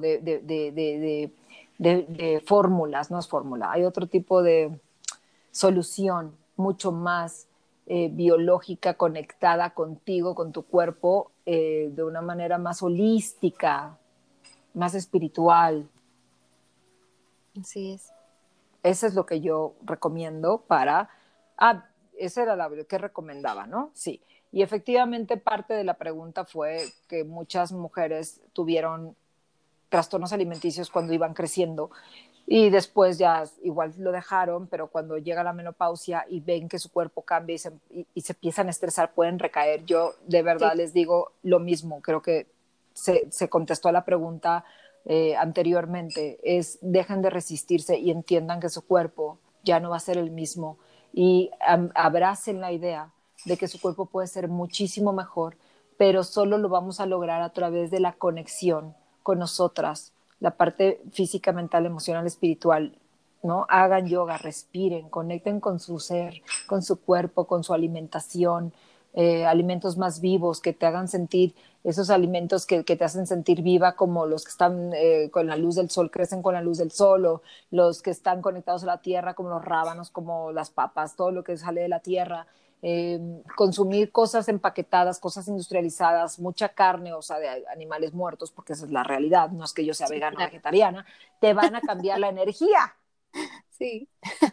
de fórmulas, no es fórmula, hay otro tipo de solución mucho más biológica, conectada contigo, con tu cuerpo, de una manera más holística, más espiritual. Así es. Eso es lo que yo recomiendo para... Ah, esa era la que recomendaba, ¿no? Sí. Y efectivamente parte de la pregunta fue que muchas mujeres tuvieron trastornos alimenticios cuando iban creciendo y después ya igual lo dejaron, pero cuando llega la menopausia y ven que su cuerpo cambia y se empiezan a estresar, pueden recaer. Yo de verdad Sí. les digo lo mismo, creo que se contestó a la pregunta anteriormente, es dejen de resistirse y entiendan que su cuerpo ya no va a ser el mismo y abracen la idea de que su cuerpo puede ser muchísimo mejor, pero solo lo vamos a lograr a través de la conexión con nosotras, la parte física, mental, emocional, espiritual, ¿no? Hagan yoga, respiren, conecten con su ser, con su cuerpo, con su alimentación, alimentos más vivos que te hagan sentir, esos alimentos que te hacen sentir viva, como los que están con la luz del sol, crecen con la luz del sol, o los que están conectados a la tierra, como los rábanos, como las papas, todo lo que sale de la tierra. Consumir cosas empaquetadas, cosas industrializadas, mucha carne, o sea, de animales muertos, porque esa es la realidad, no es que yo sea Sí, vegana o claro. vegetariana, te van a cambiar la energía. Sí.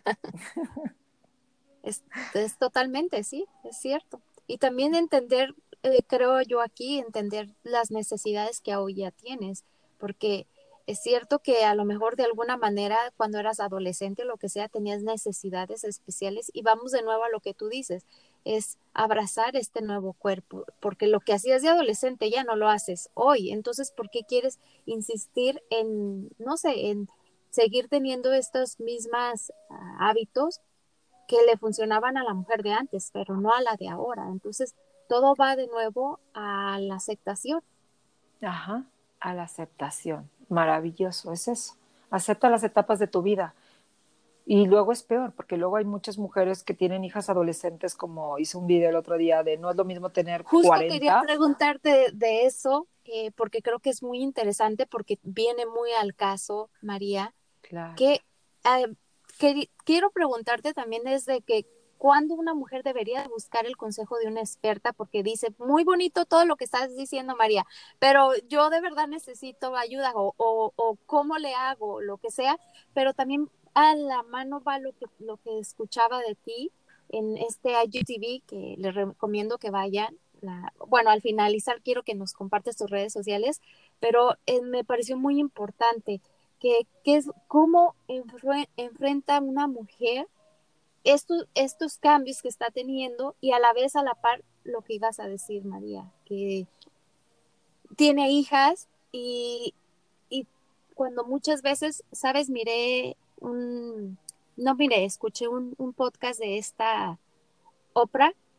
Es totalmente, sí, es cierto. Y también entender, creo yo aquí, entender las necesidades que hoy ya tienes, porque es cierto que a lo mejor de alguna manera cuando eras adolescente o lo que sea, tenías necesidades especiales y vamos de nuevo a lo que tú dices, es abrazar este nuevo cuerpo, porque lo que hacías de adolescente ya no lo haces hoy, entonces, ¿por qué quieres insistir en, no sé, en seguir teniendo estos mismos hábitos que le funcionaban a la mujer de antes, pero no a la de ahora? Entonces, todo va de nuevo a la aceptación. Ajá, a la aceptación. Maravilloso, es eso. Acepta las etapas de tu vida. Y luego es peor, porque luego hay muchas mujeres que tienen hijas adolescentes, como hice un video el otro día, de no es lo mismo tener Justo quería 40. preguntarte de eso, porque creo que es muy interesante, porque viene muy al caso, María, Claro. que, quiero preguntarte también desde que cuándo una mujer debería buscar el consejo de una experta, porque dice, muy bonito todo lo que estás diciendo, María, pero yo de verdad necesito ayuda o cómo le hago, lo que sea, pero también a la mano va lo que escuchaba de ti en este IGTV, que les recomiendo que vayan. Bueno, al finalizar quiero que nos compartas tus redes sociales, pero me pareció muy importante que es cómo enfrenta una mujer estos cambios que está teniendo y a la vez a la par lo que ibas a decir, María, que tiene hijas y cuando muchas veces, sabes, no miré, escuché un podcast de esta Oprah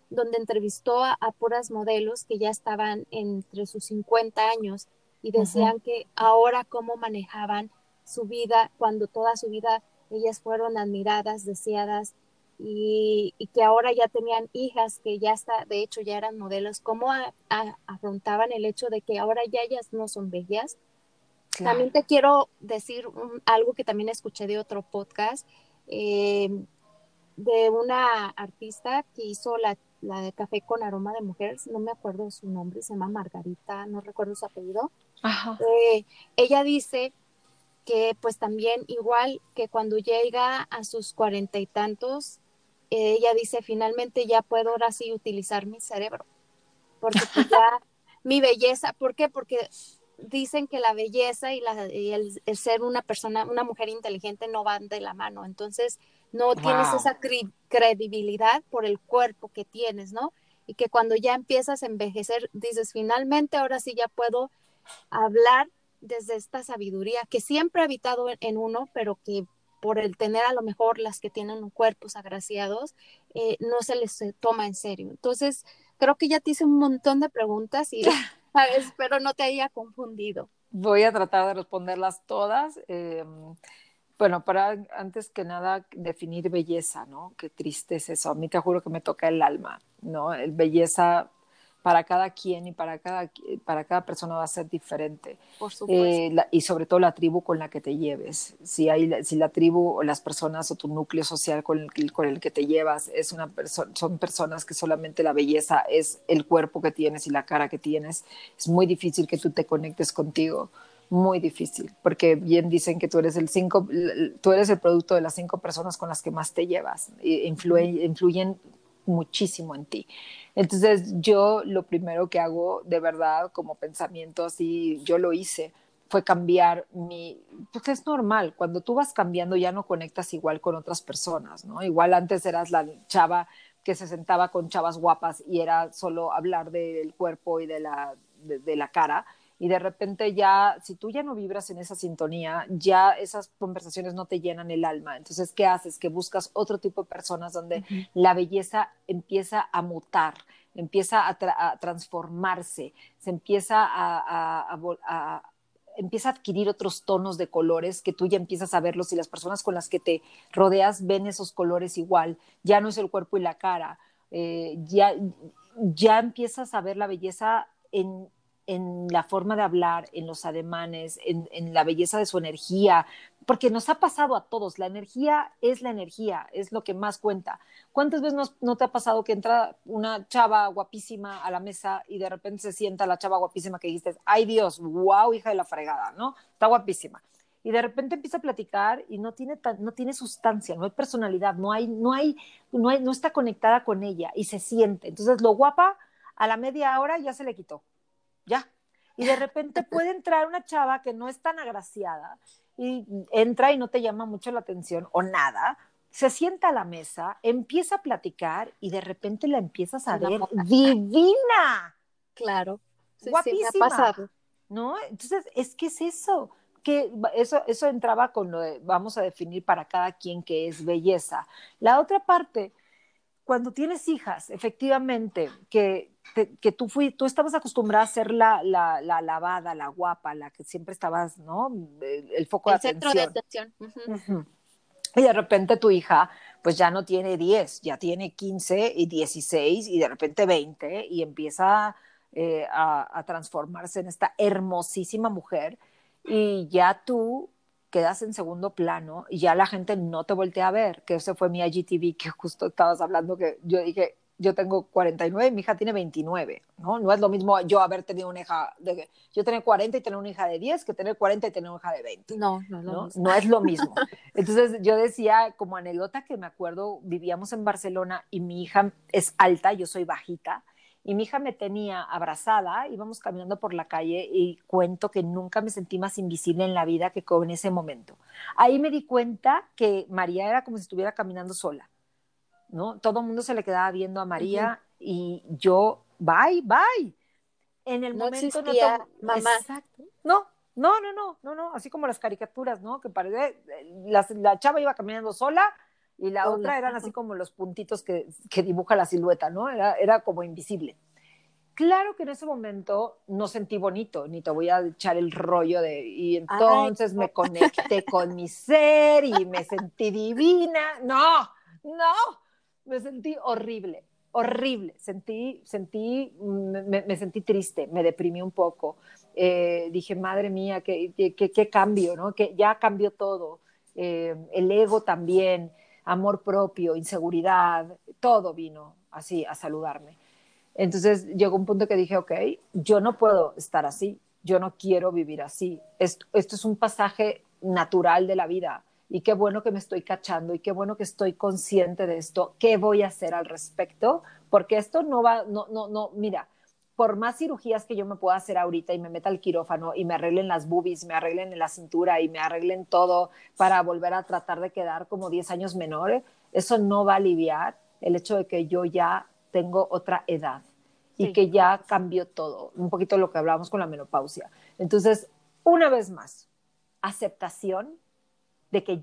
donde entrevistó a puras modelos que ya estaban entre sus 50 años y decían que ahora cómo manejaban su vida cuando toda su vida ellas fueron admiradas, deseadas y que ahora ya tenían hijas que ya está, de hecho ya eran modelos, cómo afrontaban el hecho de que ahora ya ellas no son bellas. Claro. También te quiero decir algo que también escuché de otro podcast, de una artista que hizo la de Café con Aroma de Mujer, no me acuerdo su nombre, se llama Margarita, no recuerdo su apellido. Ajá. Ella dice que pues también igual que cuando llega a sus 40 y tantos, ella dice finalmente ya puedo ahora sí utilizar mi cerebro, porque pues ya mi belleza, ¿por qué? Porque dicen que la belleza y el ser una persona, una mujer inteligente no van de la mano, entonces no tienes Wow. esa credibilidad por el cuerpo que tienes, ¿no? Y que cuando ya empiezas a envejecer, dices, finalmente ahora sí ya puedo hablar desde esta sabiduría que siempre ha habitado en uno, pero que por el tener a lo mejor las que tienen cuerpos agraciados, no se les toma en serio. Entonces, creo que ya te hice un montón de preguntas y espero no te haya confundido. Voy a tratar de responderlas todas. Bueno, para antes que nada definir belleza, ¿no? Qué triste es eso. A mí te juro que me toca el alma, ¿no? El belleza para cada quien y para cada persona va a ser diferente. Por supuesto. Y sobre todo la tribu con la que te lleves. Si la tribu o las personas o tu núcleo social con el que te llevas son personas que solamente la belleza es el cuerpo que tienes y la cara que tienes, es muy difícil que tú te conectes contigo. Muy difícil, porque bien dicen que tú eres el producto de las 5 personas con las que más te llevas, influyen muchísimo en ti. Entonces yo lo primero que hago de verdad como pensamiento, así yo lo hice, fue cambiar porque es normal, cuando tú vas cambiando ya no conectas igual con otras personas, ¿no? Igual antes eras la chava que se sentaba con chavas guapas y era solo hablar del cuerpo y de la cara, y de repente ya, si tú ya no vibras en esa sintonía, ya esas conversaciones no te llenan el alma. Entonces, ¿qué haces? Que buscas otro tipo de personas donde la belleza empieza a mutar, empieza a transformarse, se empieza empieza a adquirir otros tonos de colores que tú ya empiezas a verlos y las personas con las que te rodeas ven esos colores igual. Ya no es el cuerpo y la cara, ya empiezas a ver la belleza en la forma de hablar, en los ademanes, en la belleza de su energía, porque nos ha pasado a todos, la energía, es lo que más cuenta. ¿Cuántas veces no te ha pasado que entra una chava guapísima a la mesa y de repente se sienta la chava guapísima que dijiste, ay Dios, wow, hija de la fregada, ¿no? Está guapísima. Y de repente empieza a platicar y no tiene sustancia, no hay personalidad, no está conectada con ella y se siente. Entonces lo guapa a la media hora ya se le quitó. Ya. Y de repente puede entrar una chava que no es tan agraciada y entra y no te llama mucho la atención o nada, se sienta a la mesa, empieza a platicar y de repente la empiezas a ver divina, Claro, sí, sí, me ha guapísima, pasado. ¿no? Entonces, es que es eso, que eso entraba con lo de, vamos a definir para cada quien qué es belleza. La otra parte, cuando tienes hijas, efectivamente, que tú estabas acostumbrada a ser la lavada, la guapa, la que siempre estabas, ¿no? El foco de El centro de atención. atención. Uh-huh. Y de repente tu hija, pues ya no tiene 10, ya tiene 15 y 16 y de repente 20 y empieza a transformarse en esta hermosísima mujer y ya tú quedas en segundo plano y ya la gente no te voltea a ver, que ese fue mi IGTV que justo estabas hablando, que yo dije, yo tengo 49 y mi hija tiene 29, ¿no? No es lo mismo yo haber tenido una hija, yo tener 40 y tener una hija de 10 que tener 40 y tener una hija de 20. No, no es lo ¿No? mismo. No es lo mismo. Entonces yo decía, como anécdota que me acuerdo, vivíamos en Barcelona y mi hija es alta, yo soy bajita, y mi hija me tenía abrazada, íbamos caminando por la calle y cuento que nunca me sentí más invisible en la vida que con ese momento. Ahí me di cuenta que María era como si estuviera caminando sola, ¿no? Todo el mundo se le quedaba viendo a María y yo, bye, bye. En el No momento no te... existía mamá. Exacto. No, así como las caricaturas, ¿no? Que parece, la chava iba caminando sola y la Hola. otra eran así como los puntitos que dibuja la silueta, ¿no? Era como invisible. Claro que en ese momento no sentí bonito, ni te voy a echar el rollo y Ay, entonces no. me conecté con mi ser y me sentí divina. No, no, me sentí horrible, horrible. Me sentí triste, me deprimí un poco. Dije, madre mía, qué cambio, ¿no? Que ya cambió todo. El ego también, amor propio, inseguridad, todo vino así a saludarme. Entonces llegó un punto que dije, ok, yo no puedo estar así, yo no quiero vivir así. Esto es un pasaje natural de la vida y qué bueno que me estoy cachando y qué bueno que estoy consciente de esto. ¿Qué voy a hacer al respecto? Porque esto no va, no, mira, por más cirugías que yo me pueda hacer ahorita y me meta al quirófano y me arreglen las boobies, me arreglen en la cintura y me arreglen todo para volver a tratar de quedar como 10 años menor, eso no va a aliviar el hecho de que yo ya tengo otra edad y Sí, que ya cambió todo, un poquito lo que hablábamos con la menopausia. Entonces, una vez más, aceptación de que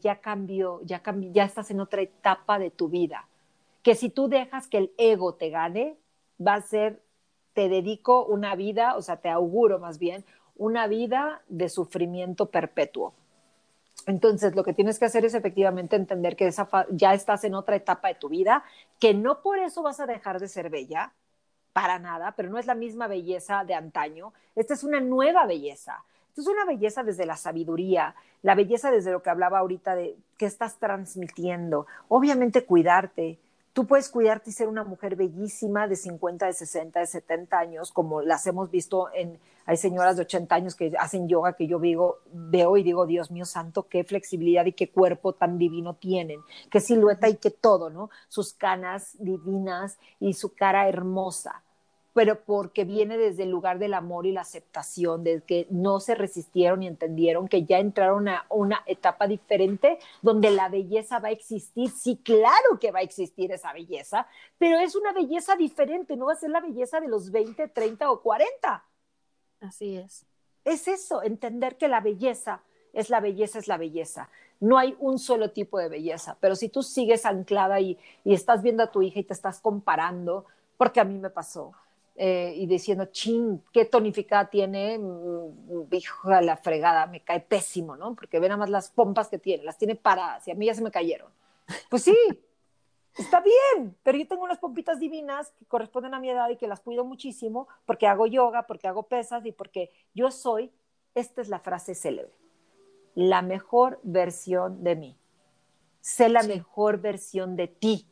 ya estás en otra etapa de tu vida, que si tú dejas que el ego te gane, va a ser, te dedico una vida, o sea, te auguro más bien, una vida de sufrimiento perpetuo. Entonces, lo que tienes que hacer es efectivamente entender que ya estás en otra etapa de tu vida, que no por eso vas a dejar de ser bella, para nada, pero no es la misma belleza de antaño. Esta es una nueva belleza. Esta es una belleza desde la sabiduría, la belleza desde lo que hablaba ahorita de qué estás transmitiendo. Obviamente cuidarte. Tú puedes cuidarte y ser una mujer bellísima de 50, de 60, de 70 años, como las hemos visto hay señoras de 80 años que hacen yoga que yo veo y digo, Dios mío santo, qué flexibilidad y qué cuerpo tan divino tienen, qué silueta y qué todo, ¿no? Sus canas divinas y su cara hermosa, pero porque viene desde el lugar del amor y la aceptación, de que no se resistieron y entendieron que ya entraron a una etapa diferente donde la belleza va a existir. Sí, claro que va a existir esa belleza, pero es una belleza diferente, no va a ser la belleza de los 20, 30 o 40. así es. Es eso, entender que la belleza es la belleza, es la belleza. No hay un solo tipo de belleza, pero si tú sigues anclada y estás viendo a tu hija y te estás comparando, porque a mí me pasó, y diciendo, chin, qué tonificada tiene, hijo de la fregada, me cae pésimo, ¿no? Porque ve nada más las pompas que tiene, las tiene paradas y a mí ya se me cayeron. Pues sí, está bien, pero yo tengo unas pompitas divinas que corresponden a mi edad y que las cuido muchísimo porque hago yoga, porque hago pesas y porque yo soy, esta es la frase célebre, la mejor versión de mí. Sé la Sí. mejor versión de ti.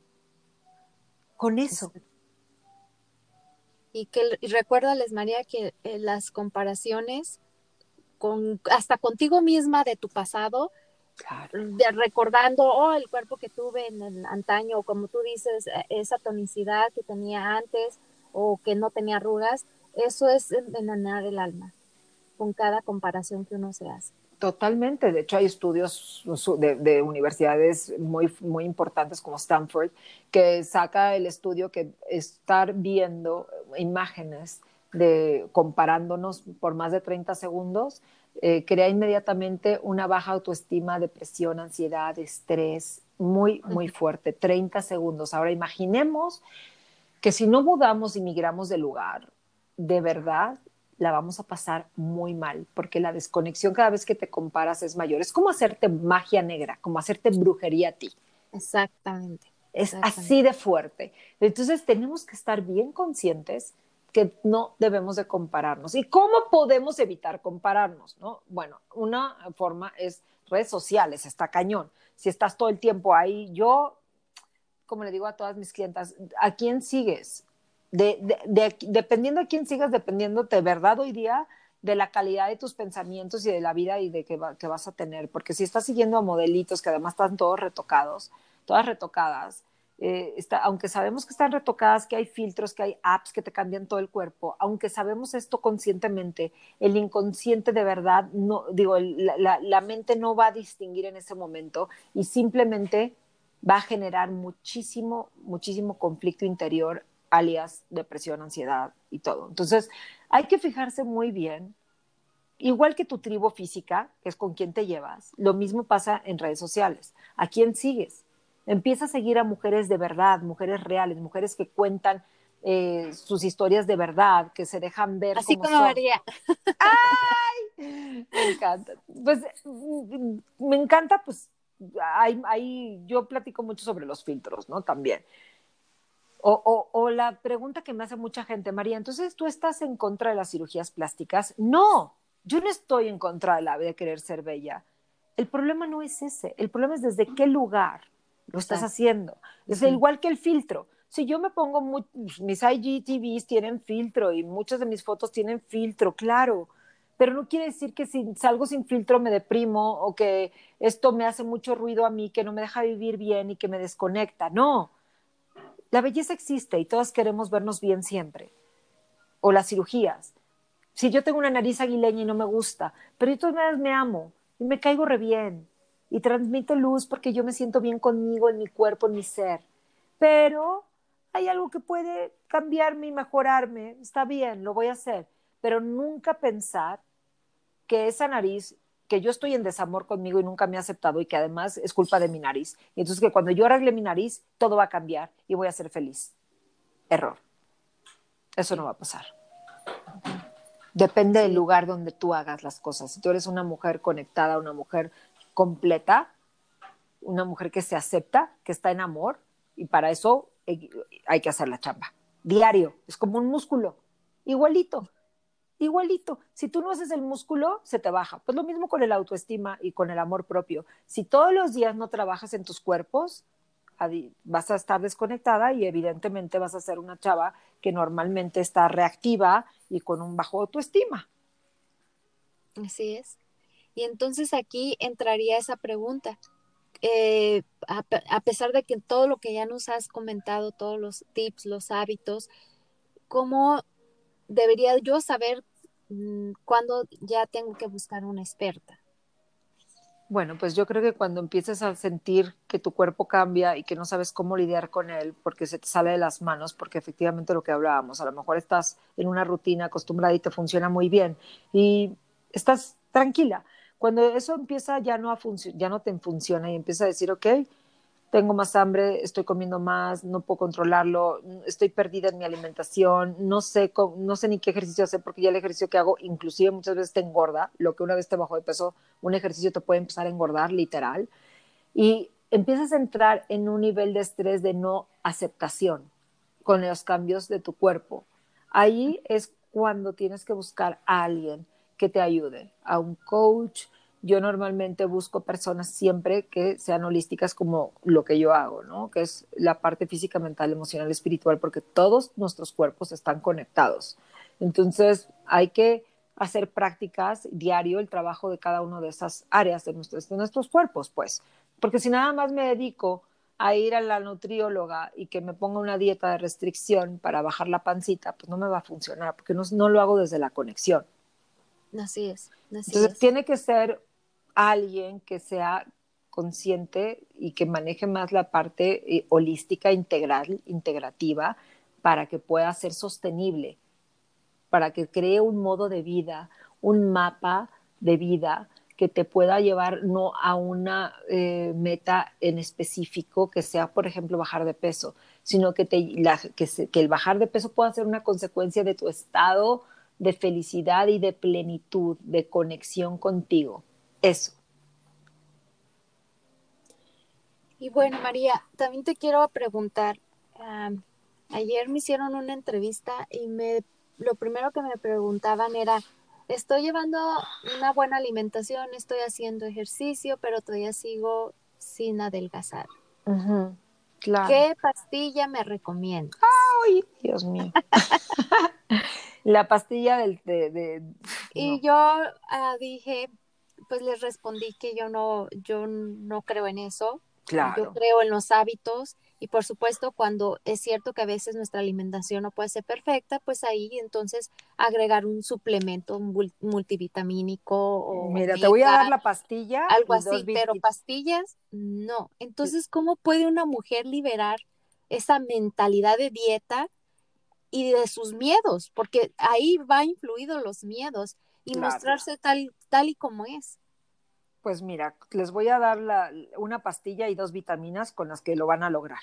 Con eso. Y recuérdales, María, que las comparaciones hasta contigo misma de tu pasado, Claro. recordando, el cuerpo que tuve en el antaño, o como tú dices, esa tonicidad que tenía antes, o que no tenía arrugas, eso es envenenar el alma con cada comparación que uno se hace. Totalmente. De hecho, hay estudios de universidades muy, muy importantes como Stanford que saca el estudio que estar viendo imágenes comparándonos por más de 30 segundos crea inmediatamente una baja autoestima, depresión, ansiedad, estrés muy, muy fuerte. 30 segundos. Ahora imaginemos que si no mudamos y migramos de lugar, de verdad la vamos a pasar muy mal, porque la desconexión cada vez que te comparas es mayor. Es como hacerte magia negra, como hacerte brujería a ti. Exactamente, Es exactamente. así de fuerte. Entonces tenemos que estar bien conscientes que no debemos de compararnos. ¿Y cómo podemos evitar compararnos? ¿No? Bueno, una forma es redes sociales, está cañón. Si estás todo el tiempo ahí, yo como le digo a todas mis clientas, ¿a quién sigues? Dependiendo a quién sigas, dependiendo de verdad hoy día de la calidad de tus pensamientos y de la vida y de que vas a tener. Porque si estás siguiendo a modelitos que además están todos retocados, todas retocadas, aunque sabemos que están retocadas, que hay filtros, que hay apps que te cambian todo el cuerpo, aunque sabemos esto conscientemente, el inconsciente de verdad, no, digo, la mente no va a distinguir en ese momento y simplemente va a generar muchísimo, muchísimo conflicto interior, alias depresión, ansiedad y todo. Entonces, hay que fijarse muy bien, igual que tu tribu física, que es con quien te llevas, lo mismo pasa en redes sociales. ¿A quién sigues? Empieza a seguir a mujeres de verdad, mujeres reales, mujeres que cuentan sus historias de verdad, que se dejan ver Así como como son. María. Me encanta. Pues me encanta, pues yo platico mucho sobre los filtros, ¿no? También. O la pregunta que me hace mucha gente, María, entonces tú estás en contra de las cirugías plásticas. No, yo no estoy en contra de querer ser bella. El problema no es ese, el problema es desde qué lugar lo estás Exacto. haciendo. Es igual que el filtro. Si yo me pongo, mis IGTVs tienen filtro y muchas de mis fotos tienen filtro, claro, pero no quiere decir que si salgo sin filtro me deprimo o que esto me hace mucho ruido a mí, que no me deja vivir bien y que me desconecta. No, la belleza existe y todos queremos vernos bien siempre. O las cirugías. Si yo tengo una nariz aguileña y no me gusta, pero de todas maneras me amo y me caigo re bien y transmito luz porque yo me siento bien conmigo, en mi cuerpo, en mi ser. Pero hay algo que puede cambiarme y mejorarme. Está bien, lo voy a hacer. Pero nunca pensar que esa nariz, que yo estoy en desamor conmigo y nunca me ha aceptado y que además es culpa de mi nariz. Y entonces que cuando yo arregle mi nariz, todo va a cambiar y voy a ser feliz. Error. Eso no va a pasar. Depende del Sí. lugar donde tú hagas las cosas. Si tú eres una mujer conectada, una mujer completa, una mujer que se acepta, que está en amor, y para eso hay que hacer la chamba. Diario, es como un músculo, igualito, igualito. Si tú no haces el músculo, se te baja. Pues lo mismo con el autoestima y con el amor propio. Si todos los días no trabajas en tus cuerpos, vas a estar desconectada y evidentemente vas a ser una chava que normalmente está reactiva y con un bajo autoestima. Así es. Y entonces aquí entraría esa pregunta. A pesar de que todo lo que ya nos has comentado, todos los tips, los hábitos, ¿cómo debería yo saber cuándo ya tengo que buscar una experta? Bueno, pues yo creo que cuando empieces a sentir que tu cuerpo cambia y que no sabes cómo lidiar con él porque se te sale de las manos, porque efectivamente lo que hablábamos, a lo mejor estás en una rutina acostumbrada y te funciona muy bien y estás tranquila. Cuando eso empieza ya no ya no te funciona y empieza a decir, ok, tengo más hambre, estoy comiendo más, no puedo controlarlo, estoy perdida en mi alimentación, no sé ni qué ejercicio hacer porque ya el ejercicio que hago inclusive muchas veces te engorda, lo que una vez te bajó de peso, un ejercicio te puede empezar a engordar literal y empiezas a entrar en un nivel de estrés de no aceptación con los cambios de tu cuerpo. Ahí es cuando tienes que buscar a alguien que te ayude, a un coach. Yo normalmente busco personas siempre que sean holísticas como lo que yo hago, ¿no? Que es la parte física, mental, emocional, espiritual, porque todos nuestros cuerpos están conectados. Entonces hay que hacer prácticas diario, el trabajo de cada una de esas áreas de nuestros cuerpos, pues. Porque si nada más me dedico a ir a la nutrióloga y que me ponga una dieta de restricción para bajar la pancita, pues no me va a funcionar, porque no lo hago desde la conexión. Así es, así Entonces es. tiene que ser alguien que sea consciente y que maneje más la parte holística, integral, integrativa, para que pueda ser sostenible, para que cree un modo de vida, un mapa de vida que te pueda llevar no a una meta en específico que sea, por ejemplo, bajar de peso, sino que el bajar de peso pueda ser una consecuencia de tu estado de felicidad y de plenitud, de conexión contigo. Eso. Y bueno, María, también te quiero preguntar, ayer me hicieron una entrevista y lo primero que me preguntaban era, estoy llevando una buena alimentación, estoy haciendo ejercicio, pero todavía sigo sin adelgazar. Uh-huh. Claro. ¿Qué pastilla me recomiendas? Ay, Dios mío. La pastilla Y no, yo dije, pues les respondí que yo no creo en eso. Yo claro. creo en los hábitos y por supuesto cuando es cierto que a veces nuestra alimentación no puede ser perfecta, pues ahí entonces agregar un suplemento multivitamínico o Mira, te voy a omega, dar la pastilla algo y dos así, pero pastillas, no. Entonces, ¿cómo puede una mujer liberar esa mentalidad de dieta y de sus miedos? Porque ahí va influido los miedos y Claro. mostrarse tal y como es. Pues mira, les voy a dar una pastilla y 2 vitaminas con las que lo van a lograr.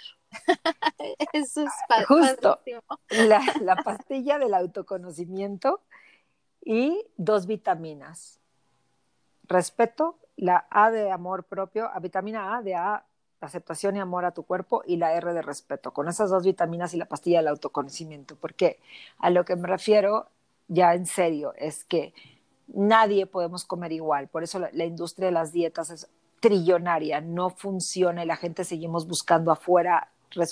Eso es Justo, padrísimo. la pastilla del autoconocimiento y 2 vitaminas. Respeto, la A de amor propio, a vitamina A de aceptación y amor a tu cuerpo, y la R de respeto. Con esas 2 vitaminas y la pastilla del autoconocimiento. Porque a lo que me refiero ya en serio es que nadie podemos comer igual. Por eso la industria de las dietas es trillonaria, no funciona y la gente seguimos buscando afuera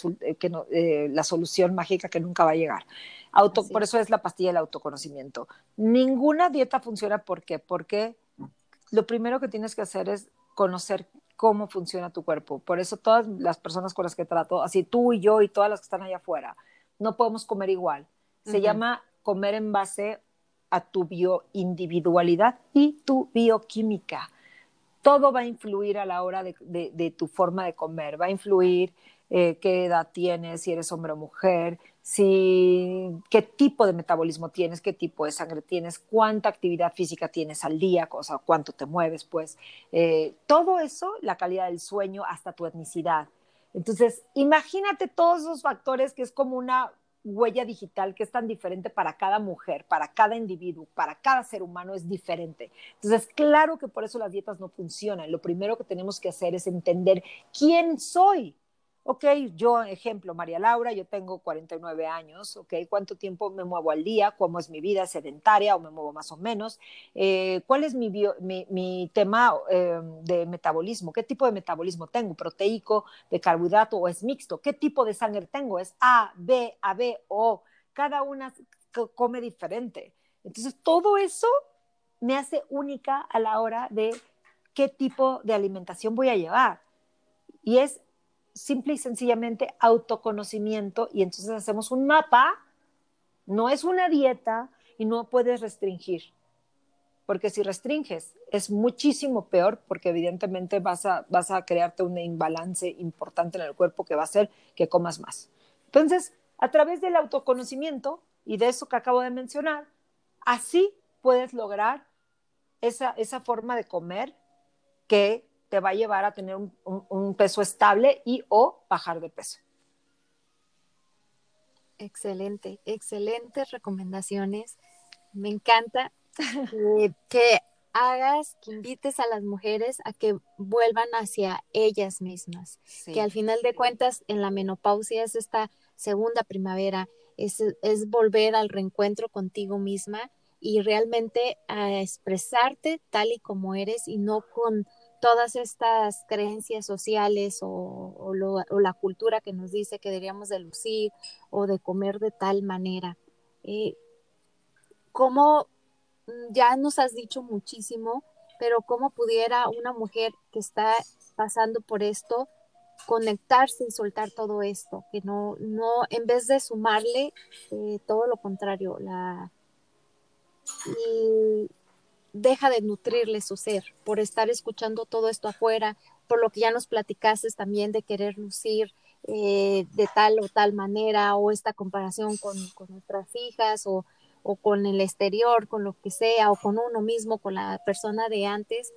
la solución mágica que nunca va a llegar. Por eso es la pastilla del autoconocimiento. Ninguna dieta funciona. ¿Por qué? Porque lo primero que tienes que hacer es conocer cómo funciona tu cuerpo. Por eso todas las personas con las que trato, así tú y yo y todas las que están allá afuera, no podemos comer igual. Se llama comer en base a tu bioindividualidad y tu bioquímica. Todo va a influir a la hora de tu forma de comer. Va a influir qué edad tienes, si eres hombre o mujer, qué tipo de metabolismo tienes, qué tipo de sangre tienes, cuánta actividad física tienes al día, o sea, cuánto te mueves, pues. Todo eso, la calidad del sueño, hasta tu etnicidad. Entonces, imagínate todos esos factores que es como una huella digital que es tan diferente para cada mujer, para cada individuo, para cada ser humano es diferente. Entonces, claro que por eso las dietas no funcionan. Lo primero que tenemos que hacer es entender quién soy. Ok, yo, ejemplo, María Laura, yo tengo 49 años, ok, ¿cuánto tiempo me muevo al día? ¿Cómo es mi vida? ¿Sedentaria o me muevo más o menos? ¿Cuál es mi tema de metabolismo? ¿Qué tipo de metabolismo tengo? ¿Proteico, de carbohidrato o es mixto? ¿Qué tipo de sangre tengo? ¿Es A, B, AB o cada una come diferente? Entonces, todo eso me hace única a la hora de qué tipo de alimentación voy a llevar. Y es simple y sencillamente autoconocimiento, y entonces hacemos un mapa, no es una dieta y no puedes restringir, porque si restringes es muchísimo peor, porque evidentemente vas a crearte un imbalance importante en el cuerpo que va a hacer que comas más. Entonces, a través del autoconocimiento y de eso que acabo de mencionar, así puedes lograr esa forma de comer que te va a llevar a tener un peso estable y o bajar de peso. Excelente, excelentes recomendaciones. Me encanta que hagas, que invites a las mujeres a que vuelvan hacia ellas mismas, Sí. que al final de cuentas en la menopausia es esta segunda primavera, es volver al reencuentro contigo misma y realmente a expresarte tal y como eres y no con todas estas creencias sociales o la cultura que nos dice que deberíamos de lucir o de comer de tal manera. ¿Cómo ya nos has dicho muchísimo, pero cómo pudiera una mujer que está pasando por esto conectarse y soltar todo esto, que no, en vez de sumarle, todo lo contrario, y deja de nutrirle su ser por estar escuchando todo esto afuera, por lo que ya nos platicaste también de querer lucir de tal o tal manera, o esta comparación con nuestras hijas, o con el exterior, con lo que sea, o con uno mismo, con la persona de antes.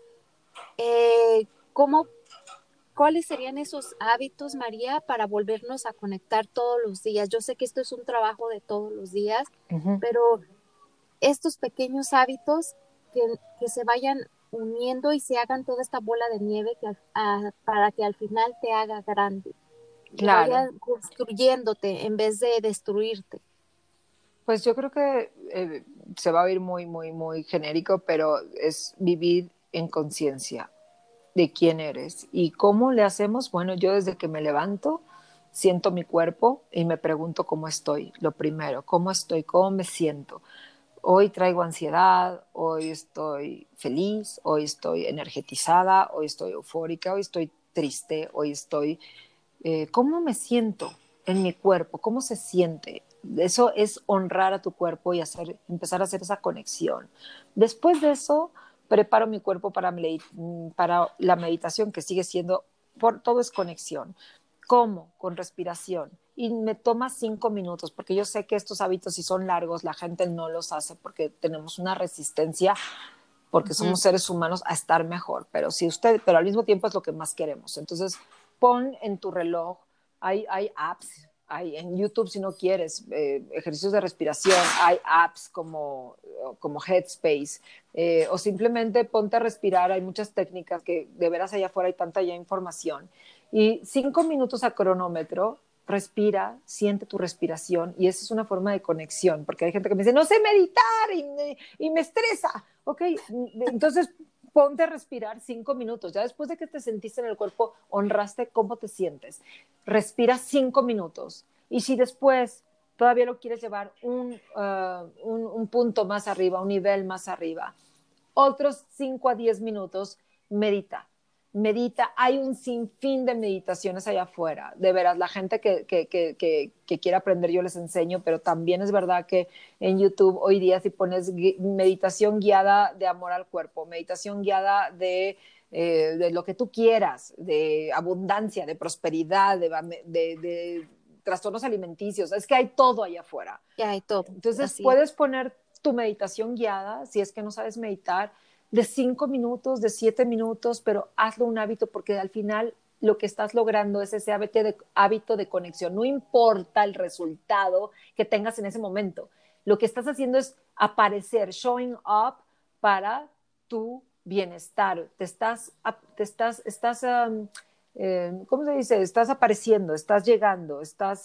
¿Cómo ¿Cuáles serían esos hábitos, María, para volvernos a conectar todos los días? Yo sé que esto es un trabajo de todos los días, pero estos pequeños hábitos que se vayan uniendo y se hagan toda esta bola de nieve para que al final te haga grande, que Claro. vaya construyéndote en vez de destruirte. Pues yo creo que se va a oír muy, muy, muy genérico, pero es vivir en conciencia de quién eres. ¿Y cómo le hacemos? Bueno, yo desde que me levanto, siento mi cuerpo y me pregunto cómo estoy. Lo primero, ¿cómo estoy? ¿Cómo me siento? Hoy traigo ansiedad, hoy estoy feliz, hoy estoy energetizada, hoy estoy eufórica, hoy estoy triste, hoy estoy... ¿cómo me siento en mi cuerpo? ¿Cómo se siente? Eso es honrar a tu cuerpo y empezar a hacer esa conexión. Después de eso, preparo mi cuerpo para la meditación, que sigue siendo, todo es conexión. ¿Cómo? Con respiración. Y me toma 5 minutos, porque yo sé que estos hábitos, si son largos, la gente no los hace porque tenemos una resistencia porque somos seres humanos a estar mejor, pero al mismo tiempo es lo que más queremos. Entonces, pon en tu reloj, hay apps, hay en YouTube si no quieres, ejercicios de respiración, hay apps como Headspace, o simplemente ponte a respirar, hay muchas técnicas que de veras allá afuera hay tanta ya información, y 5 minutos a cronómetro, respira, siente tu respiración, y esa es una forma de conexión, porque hay gente que me dice, no sé meditar y me estresa, ok, entonces ponte a respirar 5 minutos, ya después de que te sentiste en el cuerpo, honraste cómo te sientes, respira 5 minutos, y si después todavía lo quieres llevar un punto más arriba, un nivel más arriba, otros 5 a 10 minutos, medita. Medita, hay un sinfín de meditaciones allá afuera, de veras, la gente que quiere aprender yo les enseño, pero también es verdad que en YouTube hoy día si pones meditación guiada de amor al cuerpo, meditación guiada de lo que tú quieras, de abundancia, de prosperidad, de trastornos alimenticios, es que hay todo allá afuera. Ya hay todo. Entonces Así puedes poner tu meditación guiada, si es que no sabes meditar, de 5 minutos, de 7 minutos, pero hazlo un hábito porque al final lo que estás logrando es ese hábito de conexión. No importa el resultado que tengas en ese momento. Lo que estás haciendo es aparecer, showing up para tu bienestar. ¿Cómo se dice? Estás apareciendo, estás llegando,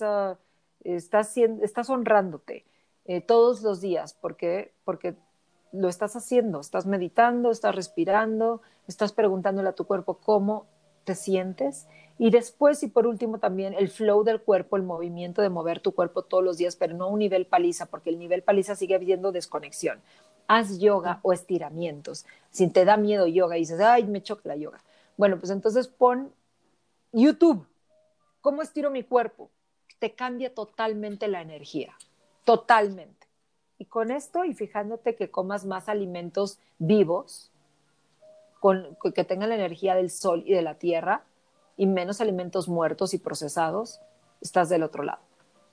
estás honrándote todos los días, porque lo estás haciendo, estás meditando, estás respirando, estás preguntándole a tu cuerpo cómo te sientes, y después y por último también el flow del cuerpo, el movimiento de mover tu cuerpo todos los días, pero no a un nivel paliza, porque el nivel paliza sigue habiendo desconexión. Haz yoga o estiramientos. Si te da miedo yoga y dices, ay, me choca la yoga. Bueno, pues entonces pon YouTube, ¿cómo estiro mi cuerpo? Te cambia totalmente la energía, totalmente. Y con esto, y fijándote que comas más alimentos vivos, que tengan la energía del sol y de la tierra, y menos alimentos muertos y procesados, estás del otro lado.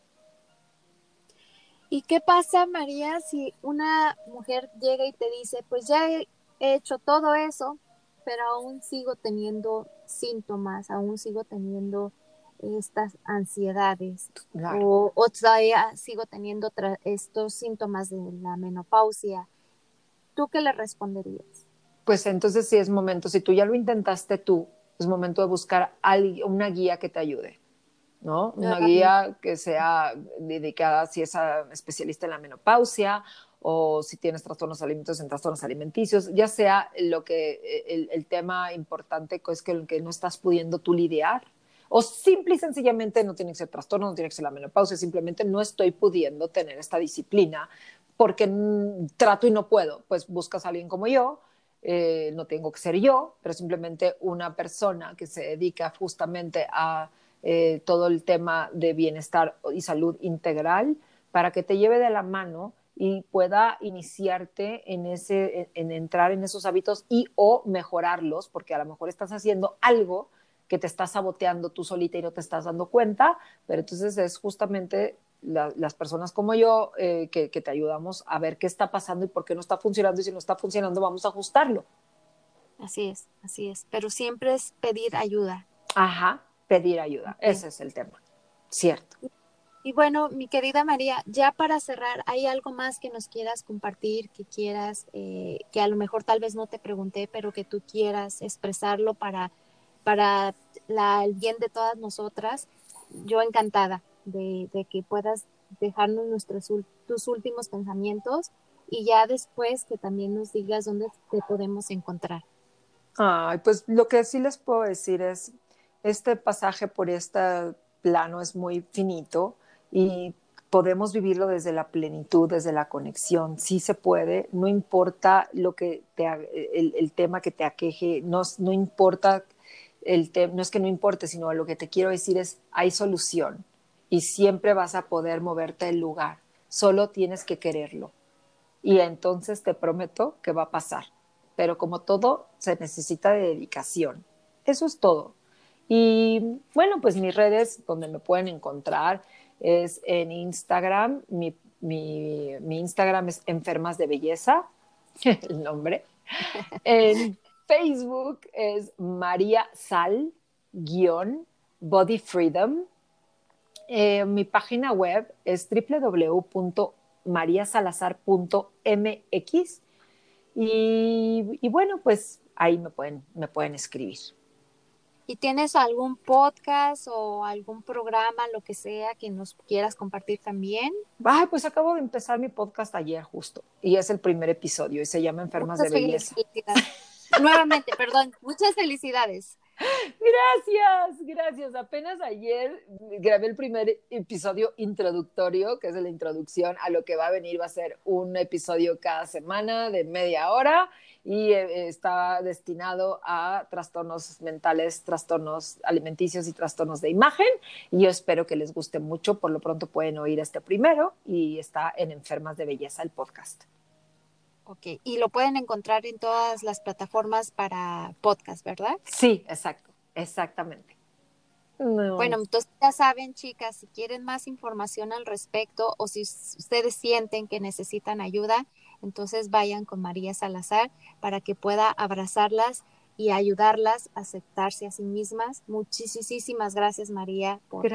¿Y qué pasa, María, si una mujer llega y te dice, pues ya he hecho todo eso, pero aún sigo teniendo síntomas, aún sigo teniendo estas ansiedades, Claro. o todavía sigo teniendo estos síntomas de la menopausia? ¿Tú qué le responderías? Pues entonces sí es momento, si tú ya lo intentaste tú, es momento de buscar una guía que te ayude, ¿no? Una guía que sea dedicada, si es especialista en la menopausia o si tienes trastornos alimenticios, en trastornos alimenticios, ya sea el tema importante que es que no estás pudiendo tú lidiar, o simple y sencillamente no tiene que ser trastorno, no tiene que ser la menopausia, simplemente no estoy pudiendo tener esta disciplina porque trato y no puedo, pues buscas a alguien como yo. No tengo que ser yo, pero simplemente una persona que se dedica justamente a todo el tema de bienestar y salud integral para que te lleve de la mano y pueda iniciarte en entrar en esos hábitos y o mejorarlos, porque a lo mejor estás haciendo algo que te está saboteando tú solita y no te estás dando cuenta, pero entonces es justamente las personas como yo que te ayudamos a ver qué está pasando y por qué no está funcionando, y si no está funcionando vamos a ajustarlo. Así es, pero siempre es pedir ayuda. Ajá, pedir ayuda, Okay. ese es el tema, cierto. Y bueno, mi querida María, ya para cerrar, ¿hay algo más que nos quieras compartir, que quieras, que a lo mejor tal vez no te pregunté, pero que tú quieras expresarlo para el bien de todas nosotras? Yo encantada de que puedas dejarnos tus últimos pensamientos, y ya después que también nos digas dónde te podemos encontrar. Ay, pues lo que sí les puedo decir es, este pasaje por este plano es muy finito y podemos vivirlo desde la plenitud, desde la conexión. Sí se puede, no importa el tema que te aqueje, no importa no es que no importe, sino lo que te quiero decir es, hay solución y siempre vas a poder moverte del lugar. Solo tienes que quererlo. Y entonces te prometo que va a pasar. Pero como todo, se necesita de dedicación. Eso es todo. Y bueno, pues mis redes donde me pueden encontrar es en Instagram. Mi Instagram es Enfermas de Belleza. el nombre. En Facebook es María Sal-Body Freedom. Mi página web es www.mariasalazar.mx y bueno, pues ahí me pueden escribir. ¿Y tienes algún podcast o algún programa, lo que sea, que nos quieras compartir también? Ay, pues acabo de empezar mi podcast ayer justo, y es el primer episodio, y se llama Enfermas de Belleza. Nuevamente, perdón, muchas felicidades. Gracias. Apenas ayer grabé el primer episodio introductorio, que es la introducción a lo que va a venir. Va a ser un episodio cada semana de media hora y está destinado a trastornos mentales, trastornos alimenticios y trastornos de imagen. Y yo espero que les guste mucho. Por lo pronto pueden oír este primero y está en Enfermas de Belleza, el podcast. Ok, y lo pueden encontrar en todas las plataformas para podcast, ¿verdad? Sí, exactamente. No. Bueno, entonces ya saben, chicas, si quieren más información al respecto o si ustedes sienten que necesitan ayuda, entonces vayan con María Salazar para que pueda abrazarlas y ayudarlas a aceptarse a sí mismas. Muchísimas gracias, María, por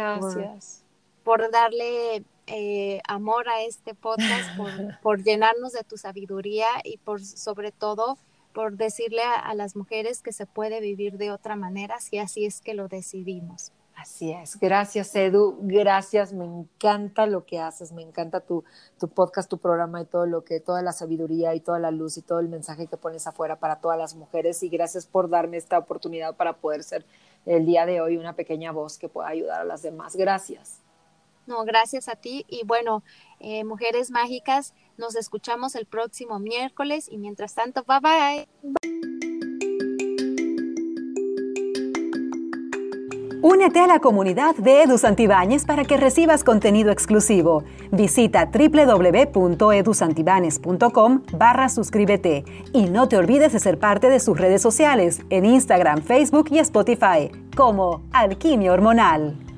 darle amor a este podcast, por llenarnos de tu sabiduría y sobre todo por decirle a las mujeres que se puede vivir de otra manera si así es que lo decidimos. Así es. Gracias, Edu. Gracias. Me encanta lo que haces. Me encanta tu podcast, tu programa y toda la sabiduría y toda la luz y todo el mensaje que pones afuera para todas las mujeres. Y gracias por darme esta oportunidad para poder ser el día de hoy una pequeña voz que pueda ayudar a las demás. Gracias. No, gracias a ti. Y bueno, Mujeres Mágicas, nos escuchamos el próximo miércoles y mientras tanto, bye bye. Únete a la comunidad de Edu Santibáñez para que recibas contenido exclusivo. Visita www.edusantibanes.com/suscríbete y no te olvides de ser parte de sus redes sociales en Instagram, Facebook y Spotify como Alquimia Hormonal.